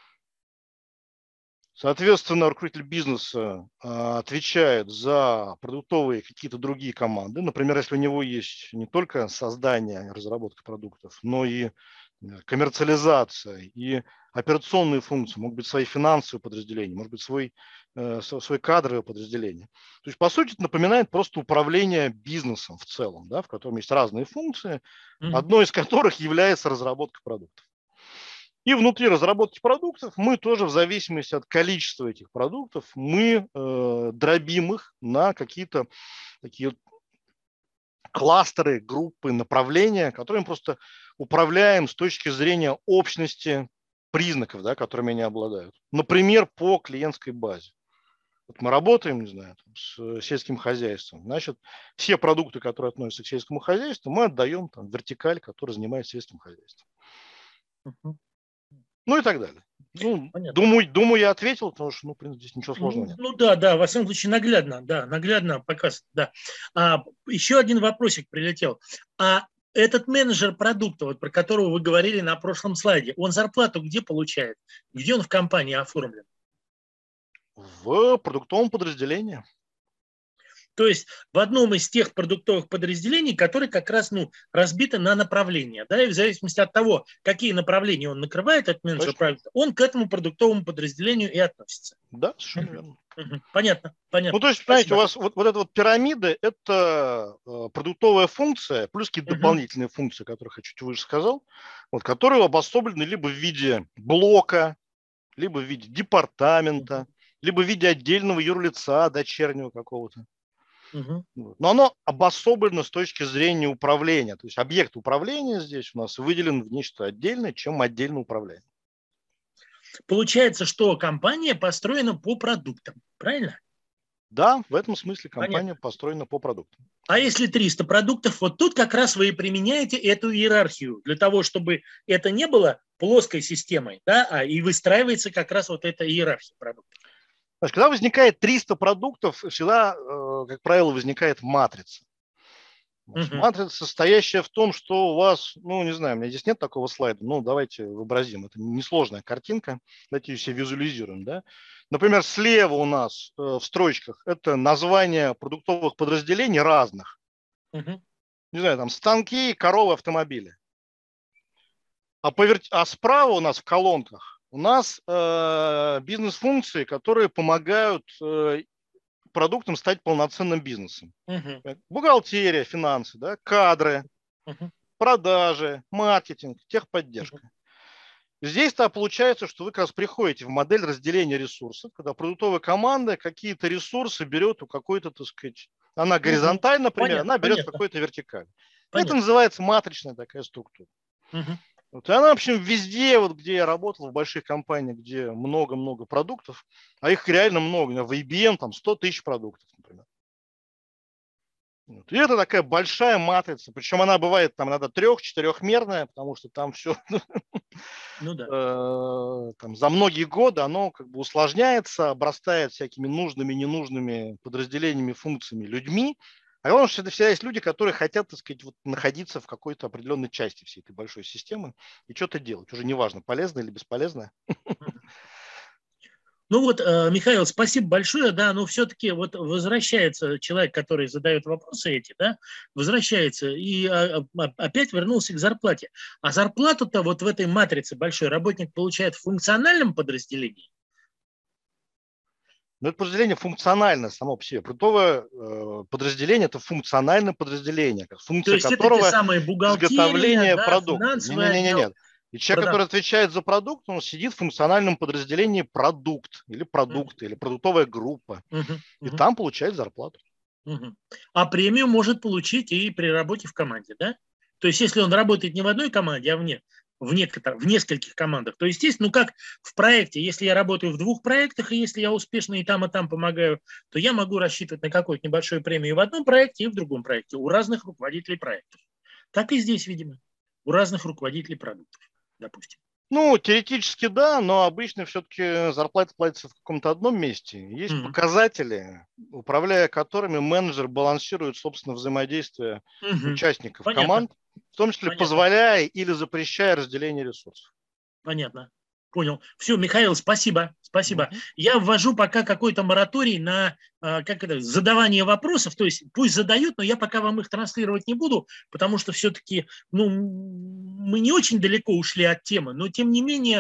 Соответственно, руководитель бизнеса отвечает за продуктовые какие-то другие команды. Например, если у него есть не только создание и разработка продуктов, но и коммерциализация и операционные функции, могут быть свои финансовые подразделения, может быть свой кадровое подразделение. То есть, по сути, это напоминает просто управление бизнесом в целом, да, в котором есть разные функции, одной из которых является разработка продуктов. И внутри разработки продуктов мы тоже в зависимости от количества этих продуктов мы дробим их на какие-то такие кластеры, группы, направления, которыми просто управляем с точки зрения общности признаков, да, которыми они обладают. Например, по клиентской базе. Вот мы работаем, не знаю, с сельским хозяйством. Значит, все продукты, которые относятся к сельскому хозяйству, мы отдаем в вертикаль, которая занимается сельским хозяйством. Ну и так далее. Ну, думаю, я ответил, потому что, здесь ничего сложного нет. Ну да, во всяком случае, наглядно показывает, да. Еще один вопросик прилетел. Этот менеджер продукта, вот, про которого вы говорили на прошлом слайде, он зарплату где получает? Где он в компании оформлен? В продуктовом подразделении. То есть в одном из тех продуктовых подразделений, которые как раз разбиты на направления. Да, и в зависимости от того, какие направления он накрывает, этот менеджер продукта, он к этому продуктовому подразделению и относится. Да, совершенно верно. Понятно. Ну, то есть, понимаете, у вас вот эта вот пирамида – это продуктовая функция, плюс какие-то дополнительные функции, о которых я чуть выше сказал, вот, которые обособлены либо в виде блока, либо в виде департамента, либо в виде отдельного юрлица, дочернего какого-то. Угу. Но оно обособлено с точки зрения управления. То есть объект управления здесь у нас выделен в нечто отдельное, чем отдельно управление. Получается, что компания построена по продуктам, правильно? Да, в этом смысле компания Понятно. построена по продуктам. А если 300 продуктов, вот тут как раз вы и применяете эту иерархию для того, чтобы это не было плоской системой, да, и выстраивается как раз вот эта иерархия продуктов. Значит, когда возникает 300 продуктов, всегда, как правило, возникает матрица. Значит, матрица, состоящая в том, что у вас, ну, не знаю, у меня здесь нет такого слайда, ну, давайте вообразим. Это несложная картинка, давайте ее себе визуализируем, да. Например, слева у нас в строчках это название продуктовых подразделений разных. Не знаю, там станки, коровы, автомобили. А справа у нас в колонках у нас бизнес-функции, которые помогают продуктам стать полноценным бизнесом. Бухгалтерия, финансы, да, кадры, продажи, маркетинг, техподдержка. Здесь-то получается, что вы как раз приходите в модель разделения ресурсов, когда продуктовая команда какие-то ресурсы берет у какой-то, так сказать, она горизонталь, например, она берет какой-то вертикаль. Это называется матричная такая структура. Вот, и она, в общем, везде, вот, где я работал, в больших компаниях, где много-много продуктов, а их реально много, в IBM там 100 тысяч продуктов, например. Вот. И это такая большая матрица, причем она бывает там иногда 3-4-мерная, потому что там все там, за многие годы оно как бы усложняется, обрастает всякими нужными, ненужными подразделениями, функциями, людьми. А главное, что это всегда есть люди, которые хотят, так сказать, вот, находиться в какой-то определенной части всей этой большой системы и что-то делать. Уже неважно, полезно или бесполезно. Ну вот, Михаил, спасибо большое, да, но все-таки вот возвращается человек, который задает вопросы эти, да, возвращается и опять вернулся к зарплате. А зарплату-то вот в этой матрице большой работник получает в функциональном подразделении? Но это подразделение функциональное само по себе. Продуктовое подразделение – это функциональное подразделение, функция которого изготовление продукта. Нет. И человек, который отвечает за продукт, он сидит в функциональном подразделении продукт или продукты, или продуктовая группа. И там получает зарплату. А премию может получить и при работе в команде, да? То есть, если он работает не в одной команде, а в нескольких командах, то, естественно, ну как в проекте, если я работаю в 2 проектах, и если я успешно и там помогаю, то я могу рассчитывать на какую-то небольшую премию в одном проекте и в другом проекте у разных руководителей проектов. Так и здесь, видимо, у разных руководителей продуктов, допустим. Ну, теоретически да, но обычно все-таки зарплата платится в каком-то одном месте. Есть показатели, управляя которыми менеджер балансирует, собственно, взаимодействие участников команд, в том числе позволяя или запрещая разделение ресурсов. Понятно. Понял. Все, Михаил, спасибо. Спасибо. Я ввожу пока какой-то мораторий на задавание вопросов. То есть пусть задают, но я пока вам их транслировать не буду, потому что все-таки мы не очень далеко ушли от темы, но тем не менее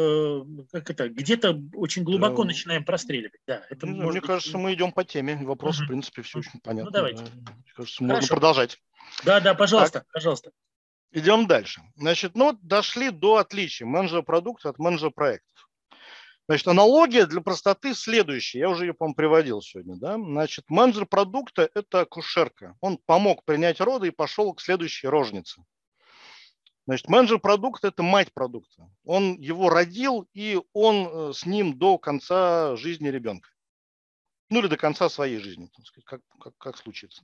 где-то очень глубоко начинаем простреливать. Да, это мне кажется, мы идем по теме. Вопросы, в принципе, все очень понятно. Ну, давайте. Да. Мне кажется, можно продолжать. Да, пожалуйста, пожалуйста. Идем дальше. Значит, дошли до отличия менеджера продукта от менеджера проектов. Значит, аналогия для простоты следующая. Я уже ее, по-моему, приводил сегодня. Да? Значит, менеджер продукта – это акушерка. Он помог принять роды и пошел к следующей рожнице. Значит, менеджер продукта – это мать продукта. Он его родил, и он с ним до конца жизни ребенка. Ну, или до конца своей жизни, так сказать, как случится.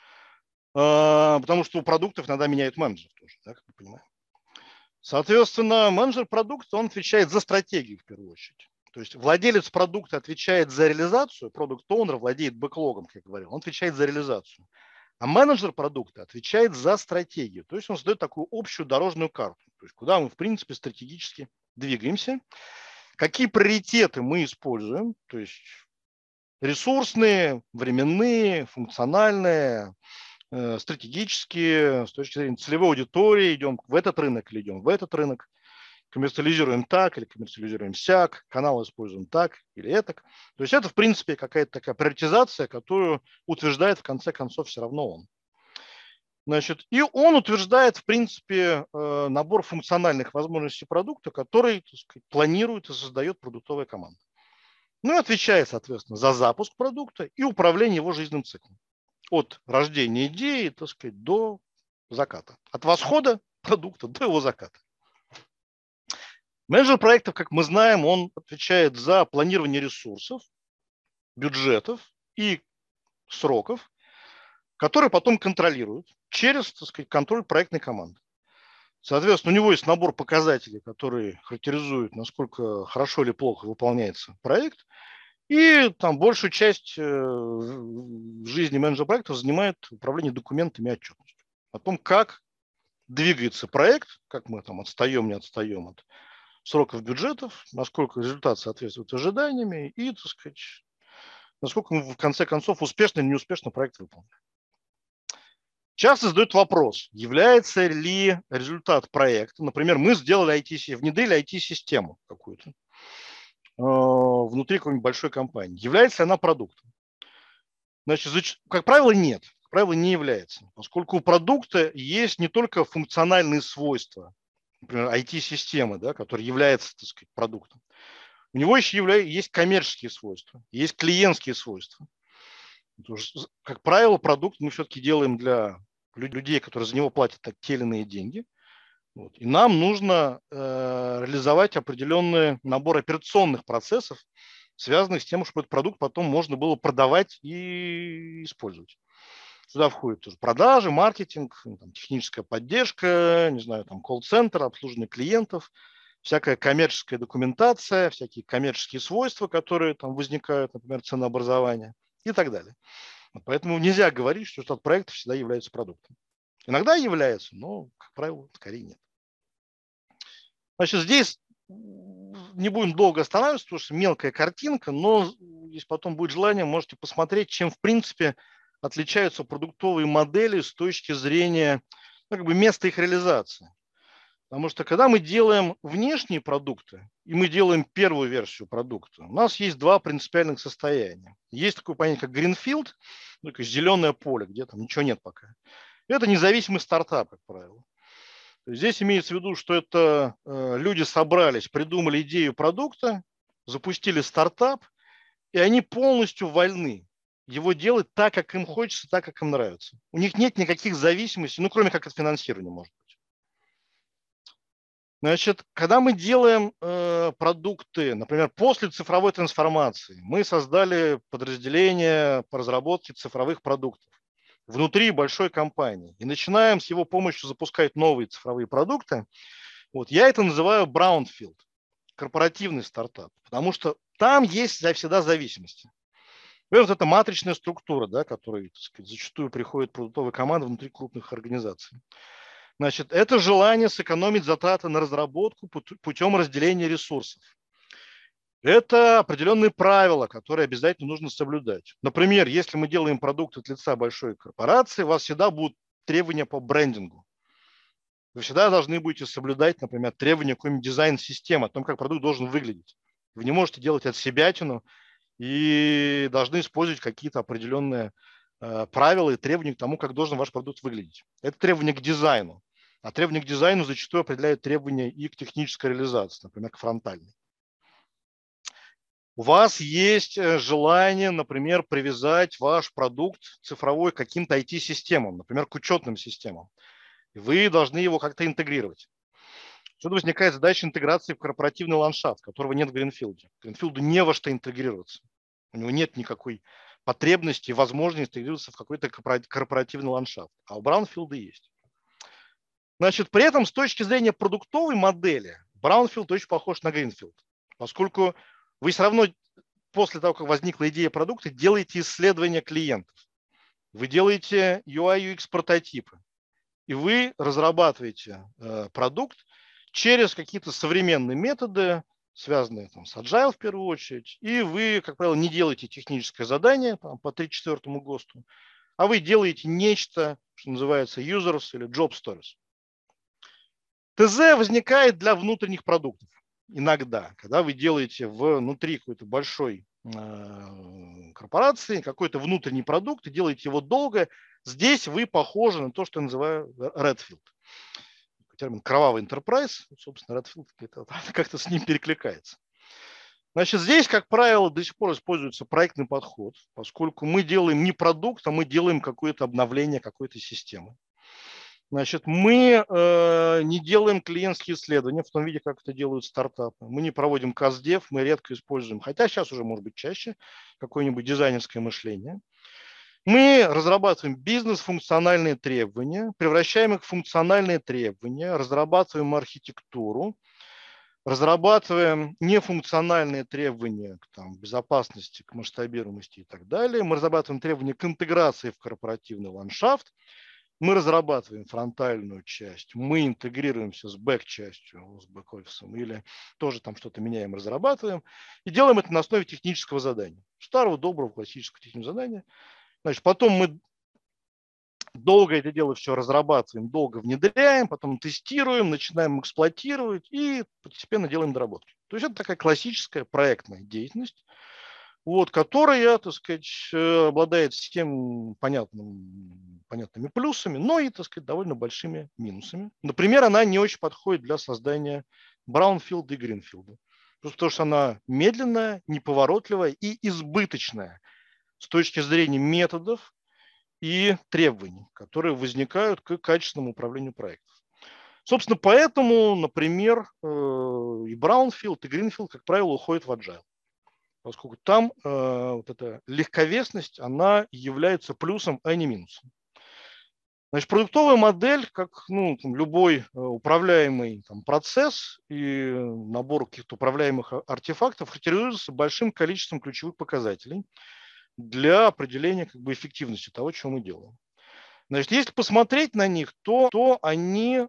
Потому что у продуктов иногда меняют менеджеров тоже, да, как мы понимаем. Соответственно, менеджер продукта, он отвечает за стратегию в первую очередь. То есть владелец продукта отвечает за реализацию, продукт-оунер владеет бэклогом, как я говорил, он отвечает за реализацию. А менеджер продукта отвечает за стратегию. То есть он создает такую общую дорожную карту, то есть куда мы, в принципе, стратегически двигаемся, какие приоритеты мы используем, то есть ресурсные, временные, функциональные, стратегические, с точки зрения целевой аудитории, идем в этот рынок или идем в этот рынок, коммерциализируем так или коммерциализируем сяк, канал используем так или этак. То есть это, в принципе, какая-то такая приоритизация, которую утверждает в конце концов все равно он. Значит, и он утверждает, в принципе, набор функциональных возможностей продукта, который, так сказать, планирует и создает продуктовая команда. Ну и отвечает, соответственно, за запуск продукта и управление его жизненным циклом. От рождения идеи, так сказать, до заката. От восхода продукта до его заката. Менеджер проектов, как мы знаем, он отвечает за планирование ресурсов, бюджетов и сроков, которые потом контролируют через, так сказать, контроль проектной команды. Соответственно, у него есть набор показателей, которые характеризуют, насколько хорошо или плохо выполняется проект. И там большую часть жизни менеджера проектов занимает управление документами и отчетностью. О том, как двигается проект, как мы там отстаем, не отстаем от сроков бюджетов, насколько результат соответствует ожиданиями и, так сказать, насколько мы в конце концов успешно или неуспешно проект выполнили. Часто задают вопрос, является ли результат проекта, например, мы сделали внедрили IT-систему какую-то внутри какой-нибудь большой компании, является ли она продуктом? Значит, как правило, нет, как правило, не является, поскольку у продукта есть не только функциональные свойства, например, IT-системы, да, которая является, так сказать, продуктом. У него еще есть коммерческие свойства, есть клиентские свойства. Как правило, продукт мы все-таки делаем для людей, которые за него платят те или иные деньги. Вот. И нам нужно реализовать определенный набор операционных процессов, связанных с тем, чтобы этот продукт потом можно было продавать и использовать. Сюда входят тоже продажи, маркетинг, там, техническая поддержка, не знаю, там колл-центр, обслуживание клиентов, всякая коммерческая документация, всякие коммерческие свойства, которые там возникают, например, ценообразование и так далее. Поэтому нельзя говорить, что штат проекта всегда является продуктом. Иногда является, но, как правило, скорее нет. Значит, здесь не будем долго останавливаться, потому что мелкая картинка, но если потом будет желание, можете посмотреть, чем, в принципе, отличаются продуктовые модели с точки зрения места их реализации. Потому что когда мы делаем внешние продукты, и мы делаем первую версию продукта, у нас есть два принципиальных состояния. Есть такое понятие, как greenfield, такое зеленое поле, где там ничего нет пока. Это независимый стартап, как правило. Здесь имеется в виду, что это люди собрались, придумали идею продукта, запустили стартап, и они полностью вольны его делать так, как им хочется, так, как им нравится. У них нет никаких зависимостей, ну, кроме как от финансирования, может быть. Значит, когда мы делаем продукты, например, после цифровой трансформации, мы создали подразделение по разработке цифровых продуктов внутри большой компании и начинаем с его помощью запускать новые цифровые продукты. Вот, я это называю brownfield, корпоративный стартап, потому что там есть всегда зависимости. Вот эта матричная структура, да, которая, так сказать, зачастую приходит продуктовая команда внутри крупных организаций. Значит, это желание сэкономить затраты на разработку путем разделения ресурсов. Это определенные правила, которые обязательно нужно соблюдать. Например, если мы делаем продукт от лица большой корпорации, у вас всегда будут требования по брендингу. Вы всегда должны будете соблюдать, например, требования какой-нибудь дизайн-системы, о том, как продукт должен выглядеть. Вы не можете делать от себятину и должны использовать какие-то определенные правила и требования к тому, как должен ваш продукт выглядеть. Это требования к дизайну. А требования к дизайну зачастую определяют требования и к технической реализации, например, к фронтальной. У вас есть желание, например, привязать ваш продукт цифровой к каким-то IT-системам, например, к учетным системам. Вы должны его как-то интегрировать. Отсюда возникает задача интеграции в корпоративный ландшафт, которого нет в Гринфилде. Гринфилду не во что интегрироваться. У него нет никакой потребности и возможности интегрироваться в какой-то корпоративный ландшафт. А у Браунфилда есть. Значит, при этом с точки зрения продуктовой модели Браунфилд очень похож на Гринфилд, поскольку вы все равно после того, как возникла идея продукта, делаете исследования клиентов. Вы делаете UI, UX прототипы. И вы разрабатываете продукт через какие-то современные методы, связанные там, с Agile в первую очередь. И вы, как правило, не делаете техническое задание там, по 3-4 ГОСТу, а вы делаете нечто, что называется users или job stories. ТЗ возникает для внутренних продуктов иногда, когда вы делаете внутри какой-то большой корпорации какой-то внутренний продукт и делаете его долго. Здесь вы похожи на то, что я называю Redfield. Термин кровавый enterprise, собственно, Redfield как-то с ним перекликается. Значит, здесь, как правило, до сих пор используется проектный подход, поскольку мы делаем не продукт, а мы делаем какое-то обновление какой-то системы. Значит, мы не делаем клиентские исследования в том виде, как это делают стартапы. Мы не проводим каздев, мы редко используем, хотя сейчас уже может быть чаще, какое-нибудь дизайнерское мышление. Мы разрабатываем бизнес-функциональные требования, превращаем их в функциональные требования, разрабатываем архитектуру, разрабатываем нефункциональные требования к безопасности, к масштабируемости и так далее. Мы разрабатываем требования к интеграции в корпоративный ландшафт. Мы разрабатываем фронтальную часть, мы интегрируемся с бэк-частью, с бэк-офисом, или тоже там что-то меняем, разрабатываем, и делаем это на основе технического задания. Старого, доброго, классического технического задания. Значит, потом мы долго это дело все разрабатываем, долго внедряем, потом тестируем, начинаем эксплуатировать и постепенно делаем доработки. То есть это такая классическая проектная деятельность, которая, так сказать, обладает всем понятными плюсами, но и, так сказать, довольно большими минусами. Например, она не очень подходит для создания браунфилда и гринфилда, потому что она медленная, неповоротливая и избыточная с точки зрения методов и требований, которые возникают к качественному управлению проектом. Собственно, поэтому, например, и браунфилд, и гринфилд, как правило, уходят в agile, поскольку там вот эта легковесность, она является плюсом, а не минусом. Значит, продуктовая модель, как любой управляемый процесс и набор каких-то управляемых артефактов, характеризуется большим количеством ключевых показателей для определения эффективности того, что мы делаем. Значит, если посмотреть на них, то они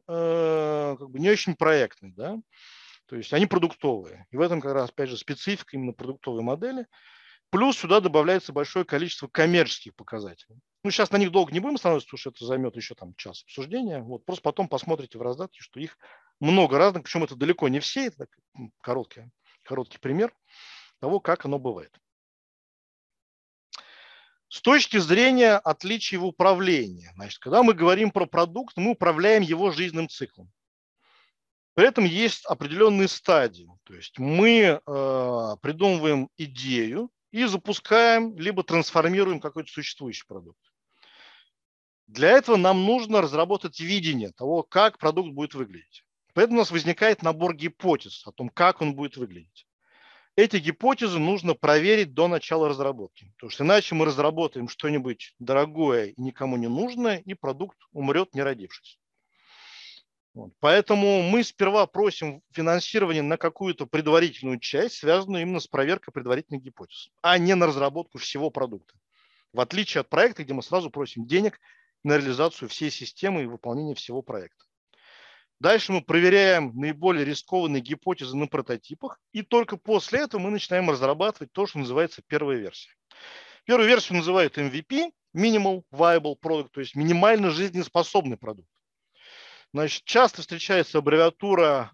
не очень проектные, да? То есть они продуктовые. И в этом как раз, опять же, специфика именно продуктовой модели. Плюс сюда добавляется большое количество коммерческих показателей. Сейчас на них долго не будем останавливаться, потому что это займет еще час обсуждения. Просто потом посмотрите в раздатке, что их много разных, причем это далеко не все. Это короткий пример того, как оно бывает. С точки зрения отличий в управлении, значит, когда мы говорим про продукт, мы управляем его жизненным циклом. При этом есть определенные стадии. То есть мы придумываем идею и запускаем, либо трансформируем какой-то существующий продукт. Для этого нам нужно разработать видение того, как продукт будет выглядеть. Поэтому у нас возникает набор гипотез о том, как он будет выглядеть. Эти гипотезы нужно проверить до начала разработки, потому что иначе мы разработаем что-нибудь дорогое и никому не нужное, и продукт умрет, не родившись. Поэтому мы сперва просим финансирование на какую-то предварительную часть, связанную именно с проверкой предварительных гипотез, а не на разработку всего продукта. В отличие от проекта, где мы сразу просим денег на реализацию всей системы и выполнение всего проекта. Дальше мы проверяем наиболее рискованные гипотезы на прототипах, и только после этого мы начинаем разрабатывать то, что называется первая версия. Первую версию называют MVP, Minimal Viable Product, то есть минимально жизнеспособный продукт. Значит, часто встречается аббревиатура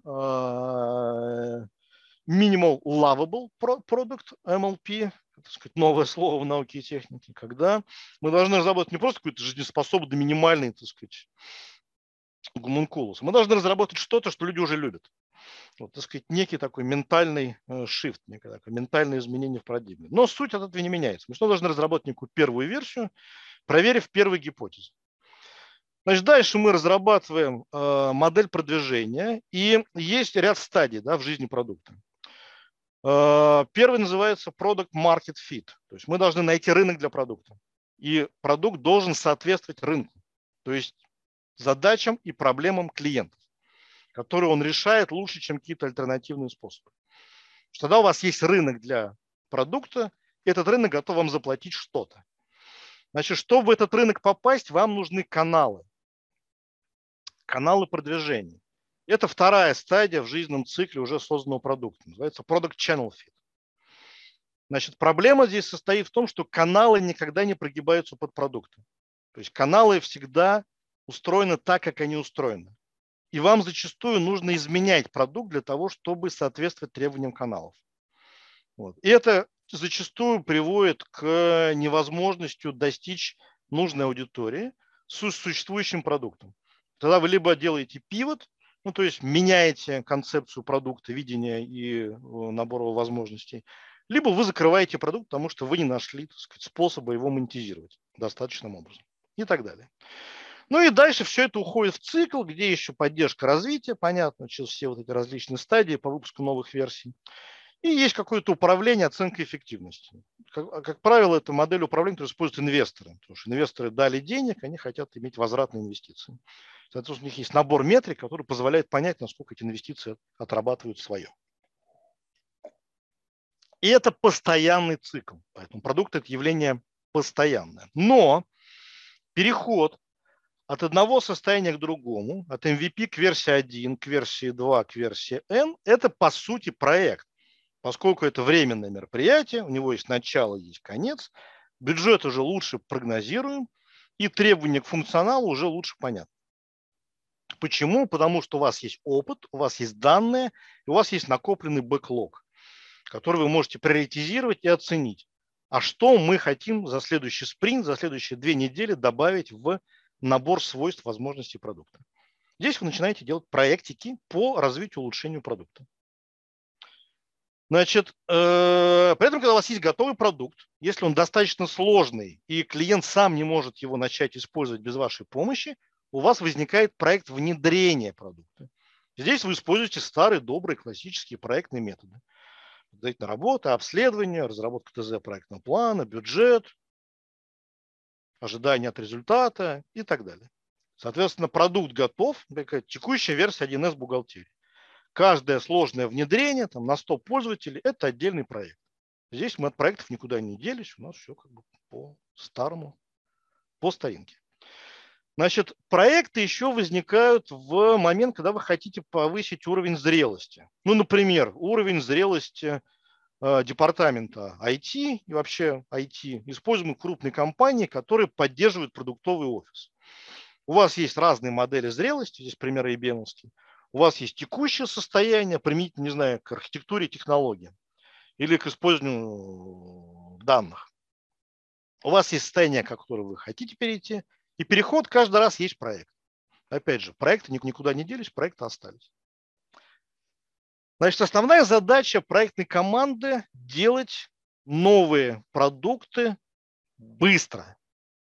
Minimal Lovable Product, MLP, так сказать, новое слово в науке и технике, когда мы должны разработать не просто какой-то жизнеспособный, минимальный, так сказать, гомункулус. Мы должны разработать что-то, что люди уже любят. Так сказать, некий такой ментальный shift, некое такое ментальное изменение в парадигме. Но суть от этого не меняется. Мы что должны разработать некую первую версию, проверив первые гипотезы. Значит, дальше мы разрабатываем модель продвижения, и есть ряд стадий в жизни продукта. Первый называется Product Market Fit. То есть мы должны найти рынок для продукта. И продукт должен соответствовать рынку. То есть задачам и проблемам клиентов, которые он решает лучше, чем какие-то альтернативные способы. Тогда у вас есть рынок для продукта, и этот рынок готов вам заплатить что-то. Значит, чтобы в этот рынок попасть, вам нужны каналы. Каналы продвижения. Это вторая стадия в жизненном цикле уже созданного продукта. Называется Product Channel Fit. Значит, проблема здесь состоит в том, что каналы никогда не прогибаются под продукты. То есть каналы всегда устроены так, как они устроены. И вам зачастую нужно изменять продукт для того, чтобы соответствовать требованиям каналов. И это зачастую приводит к невозможности достичь нужной аудитории с существующим продуктом. Тогда вы либо делаете пивот, ну, то есть меняете концепцию продукта, видение и набор его возможностей, либо вы закрываете продукт, потому что вы не нашли, так сказать, способа его монетизировать достаточным образом и так далее. Ну и дальше все это уходит в цикл, где еще поддержка развития, понятно, через все вот эти различные стадии по выпуску новых версий. И есть какое-то управление, оценка эффективности. Как правило, это модель управления, которую используют инвесторы. Потому что инвесторы дали денег, они хотят иметь возвратные инвестиции. Соответственно, у них есть набор метрик, который позволяет понять, насколько эти инвестиции отрабатывают свое. И это постоянный цикл. Поэтому продукт – это явление постоянное. Но переход от одного состояния к другому, от MVP к версии 1, к версии 2, к версии N, это по сути проект. Поскольку это временное мероприятие, у него есть начало, есть конец, бюджет уже лучше прогнозируем, и требования к функционалу уже лучше понятны. Почему? Потому что у вас есть опыт, у вас есть данные, и у вас есть накопленный бэклог, который вы можете приоритизировать и оценить. А что мы хотим за следующий спринт, за следующие 2 недели добавить в набор свойств, возможностей продукта. Здесь вы начинаете делать проектики по развитию, улучшению продукта. Значит, при этом, когда у вас есть готовый продукт, если он достаточно сложный и клиент сам не может его начать использовать без вашей помощи, у вас возникает проект внедрения продукта. Здесь вы используете старые, добрые, классические проектные методы. Предварительная работа, обследование, разработка ТЗ проектного плана, бюджет, ожидание от результата и так далее. Соответственно, продукт готов, такая текущая версия 1С бухгалтерии. Каждое сложное внедрение там, на 100 пользователей – это отдельный проект. Здесь мы от проектов никуда не делись, у нас все как бы по старому, по старинке. Значит, проекты еще возникают в момент, когда вы хотите повысить уровень зрелости. Ну, например, уровень зрелости департамента IT и вообще IT, используемый в крупной компании, которые поддерживают продуктовый офис. У вас есть разные модели зрелости, здесь примеры IBM-овские. У вас есть текущее состояние, применительно, не знаю, к архитектуре и технологиям или к использованию данных. У вас есть состояние, к которому вы хотите перейти, и переход каждый раз есть проект. Опять же, проекты никуда не делись, проекты остались. Значит, основная задача проектной команды – делать новые продукты быстро.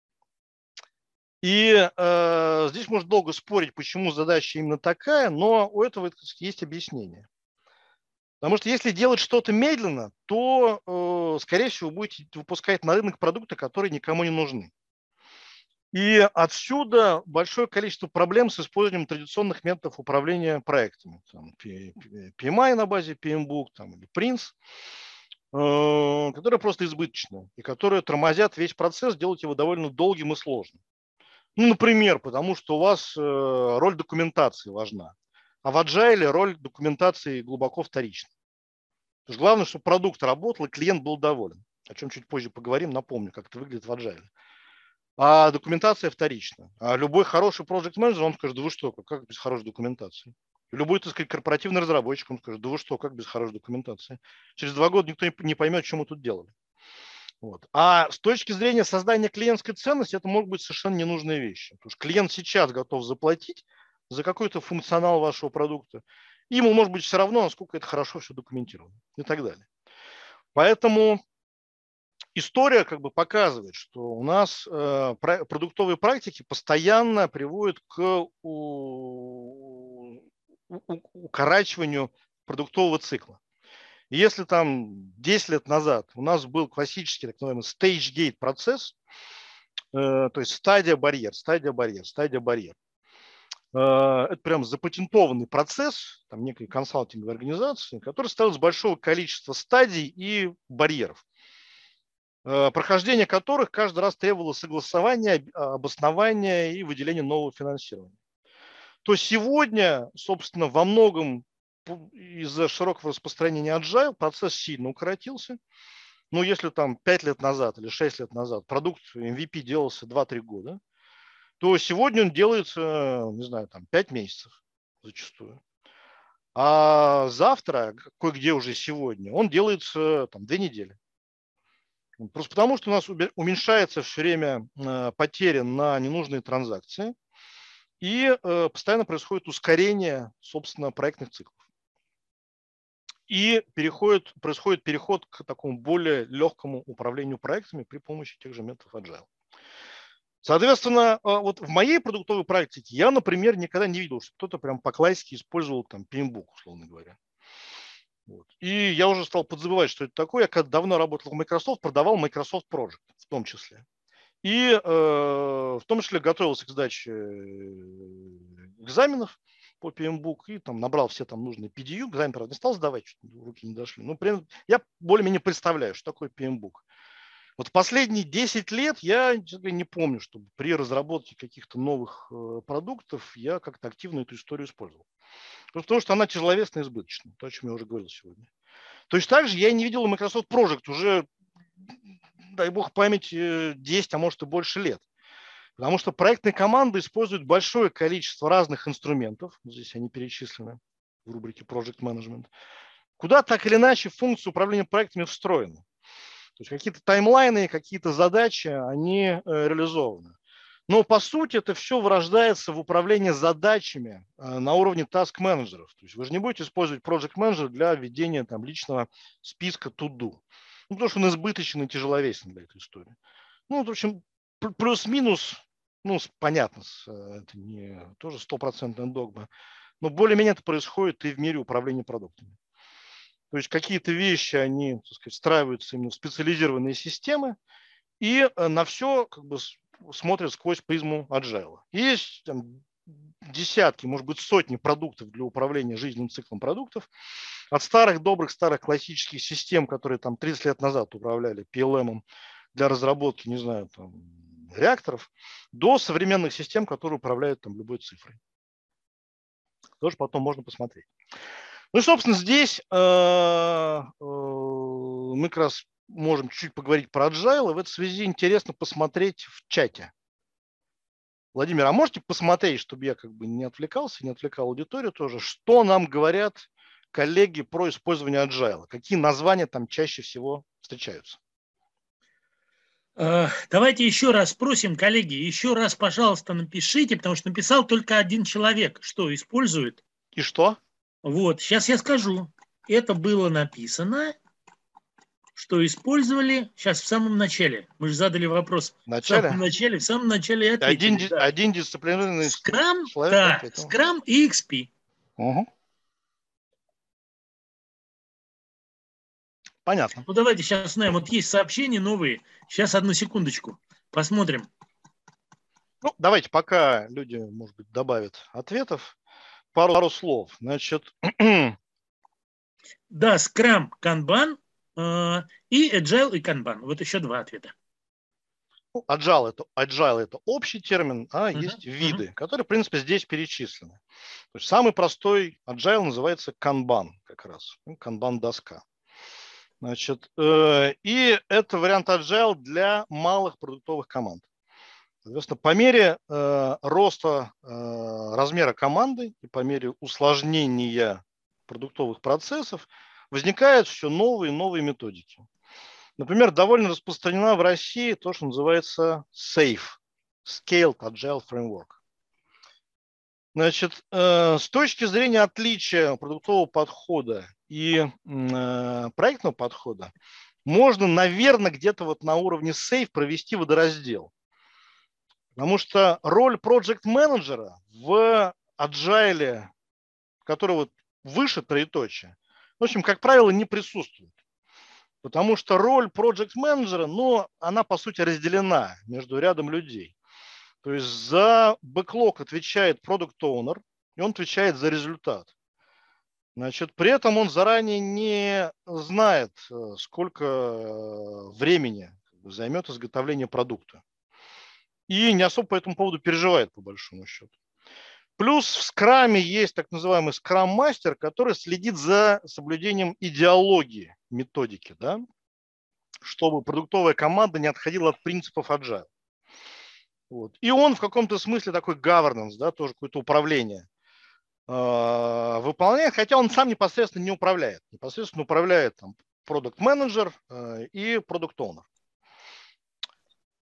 И здесь можно долго спорить, почему задача именно такая, но у этого есть объяснение. Потому что если делать что-то медленно, то, скорее всего, будете выпускать на рынок продукты, которые никому не нужны. И отсюда большое количество проблем с использованием традиционных методов управления проектами. Там, PMI на базе PMBOK там, или Prince, которые просто избыточны и которые тормозят весь процесс, делают его довольно долгим и сложным. Ну, например, потому что у вас роль документации важна, а в Agile роль документации глубоко вторична. Потому что главное, чтобы продукт работал и клиент был доволен. О чем чуть позже поговорим, напомню, как это выглядит в Agile. А документация вторична. А любой хороший project менеджер, он скажет, да вы что, как без хорошей документации? Любой, так сказать, корпоративный разработчик, он скажет, да вы что, как без хорошей документации? Через 2 года никто не поймет, что мы тут делали. Вот. А с точки зрения создания клиентской ценности, это могут быть совершенно ненужные вещи. Потому что клиент сейчас готов заплатить за какой-то функционал вашего продукта. И ему может быть все равно, насколько это хорошо все документировано и так далее. Поэтому история как бы показывает, что у нас продуктовые практики постоянно приводят к укорачиванию продуктового цикла. Если там 10 лет назад у нас был классический так называемый stage-gate процесс, то есть стадия-барьер. Это прям запатентованный процесс, там некой консалтинговой организации, который состоял из большого количества стадий и барьеров, прохождение которых каждый раз требовало согласования, обоснования и выделения нового финансирования. То сегодня, собственно, во многом из-за широкого распространения Agile процесс сильно укоротился. Но если там 5 лет назад или 6 лет назад продукт MVP делался 2-3 года, то сегодня он делается, не знаю, там 5 месяцев зачастую. А завтра, кое-где уже сегодня, он делается там 2 недели. Просто потому, что у нас уменьшается все время потери на ненужные транзакции. и постоянно происходит ускорение, собственно, проектных циклов. И происходит переход к такому более легкому управлению проектами при помощи тех же методов Agile. Соответственно, вот в моей продуктовой практике я, например, никогда не видел, что кто-то прям по-классике использовал там PMBOK, условно говоря. Вот. И я уже стал подзабывать, что это такое. Я когда давно работал в Microsoft, продавал Microsoft Project в том числе. И в том числе готовился к сдаче экзаменов по PMBOK и там набрал все там нужные PDU. Экзамен, правда, не стал сдавать, руки не дошли. Но я более-менее представляю, что такое PMBOK. Вот в последние 10 лет я не помню, чтобы при разработке каких-то новых продуктов я как-то активно эту историю использовал. Потому что она тяжеловесна и избыточна, то, о чем я уже говорил сегодня. Точно так же я не видел Microsoft Project уже, дай бог памяти, 10, а может и больше лет. Потому что проектные команды используют большое количество разных инструментов, здесь они перечислены в рубрике Project Management, куда так или иначе функции управления проектами встроены. То есть какие-то таймлайны, какие-то задачи, они реализованы. Но по сути это все вырождается в управление задачами на уровне task-менеджеров. То есть вы же не будете использовать Project Manager для ведения там личного списка to-do. Ну, потому что он избыточен и тяжеловесен для этой истории. Ну, в общем, плюс-минус, ну, понятно, это не тоже стопроцентная догма, но более-менее это происходит и в мире управления продуктами. То есть какие-то вещи, они, так сказать, встраиваются именно в специализированные системы и на все как бы смотрят сквозь призму Agile. Есть там десятки, может быть, сотни продуктов для управления жизненным циклом продуктов. От старых, добрых, старых классических систем, которые там 30 лет назад управляли PLM для разработки, не знаю, там, реакторов, до современных систем, которые управляют там любой цифрой. Тоже потом можно посмотреть. Ну и, собственно, здесь мы как раз можем чуть-чуть поговорить про Agile. И в этой связи интересно посмотреть в чате. Владимир, а можете посмотреть, чтобы я как бы не отвлекался, не отвлекал аудиторию тоже, что нам говорят коллеги про использование Agile? Какие названия там чаще всего встречаются? Давайте еще раз спросим, коллеги, еще раз, пожалуйста, напишите, потому что написал только один человек, что использует. И что? Вот, сейчас я скажу. Это было написано, что использовали сейчас в самом начале. Мы же задали вопрос в самом начале и ответили. Один дисциплинарный Scrum, человек да, ответил. Scrum и XP. Угу. Понятно. Ну, давайте сейчас узнаем. Вот есть сообщения новые. Сейчас, одну секундочку. Посмотрим. Ну, давайте, пока люди, может быть, добавят ответов, пару слов. Значит, да, Scrum, Kanban и Agile и Kanban. Вот еще два ответа. Ну, Agile это общий термин, а есть виды, которые, в принципе, здесь перечислены. То есть самый простой Agile называется Kanban как раз. Kanban-доска. Значит, и это вариант Agile для малых продуктовых команд. Соответственно, по мере роста размера команды и по мере усложнения продуктовых процессов возникают все новые и новые методики. Например, довольно распространена в России то, что называется SAFe, Scaled Agile Framework. Значит, с точки зрения отличия продуктового подхода и проектного подхода, можно, наверное, где-то вот на уровне SAFe провести водораздел. Потому что роль проект-менеджера в Agile, который вот выше троеточия, в общем, как правило, не присутствует. Потому что роль проект-менеджера, ну, она, по сути, разделена между рядом людей. То есть за бэклог отвечает продукт-оунер, и он отвечает за результат. Значит, при этом он заранее не знает, сколько времени займет изготовление продукта. И не особо по этому поводу переживает, по большому счету. Плюс в скраме есть так называемый скрам-мастер, который следит за соблюдением идеологии методики, да, чтобы продуктовая команда не отходила от принципов Agile. Вот. И он в каком-то смысле такой governance, да, тоже какое-то управление выполняет, хотя он сам непосредственно не управляет. Непосредственно управляет там продукт-менеджер и продукт-оунер.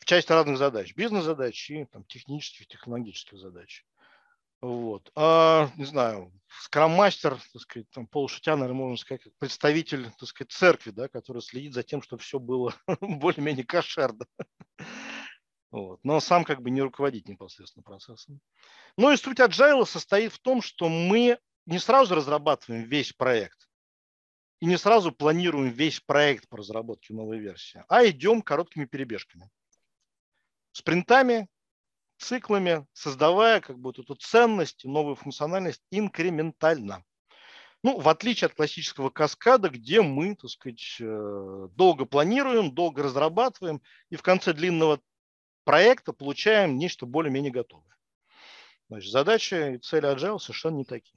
в части разных задач, бизнес-задач и там, технических, технологических задач. Вот. Не знаю, скрам-мастер, так сказать, там, полушутя, наверное, можно сказать, как представитель, так сказать, церкви, да, который следит за тем, чтобы все было более-менее кошерно. Вот. Но сам как бы не руководит непосредственно процессом. Ну и суть Agile состоит в том, что мы не сразу разрабатываем весь проект и не сразу планируем весь проект по разработке новой версии, а идем короткими перебежками. Спринтами, циклами, создавая как бы эту ценность, новую функциональность инкрементально. Ну, в отличие от классического каскада, где мы, так сказать, долго планируем, долго разрабатываем и в конце длинного проекта получаем нечто более-менее готовое. Значит, задачи и цели Agile совершенно не такие.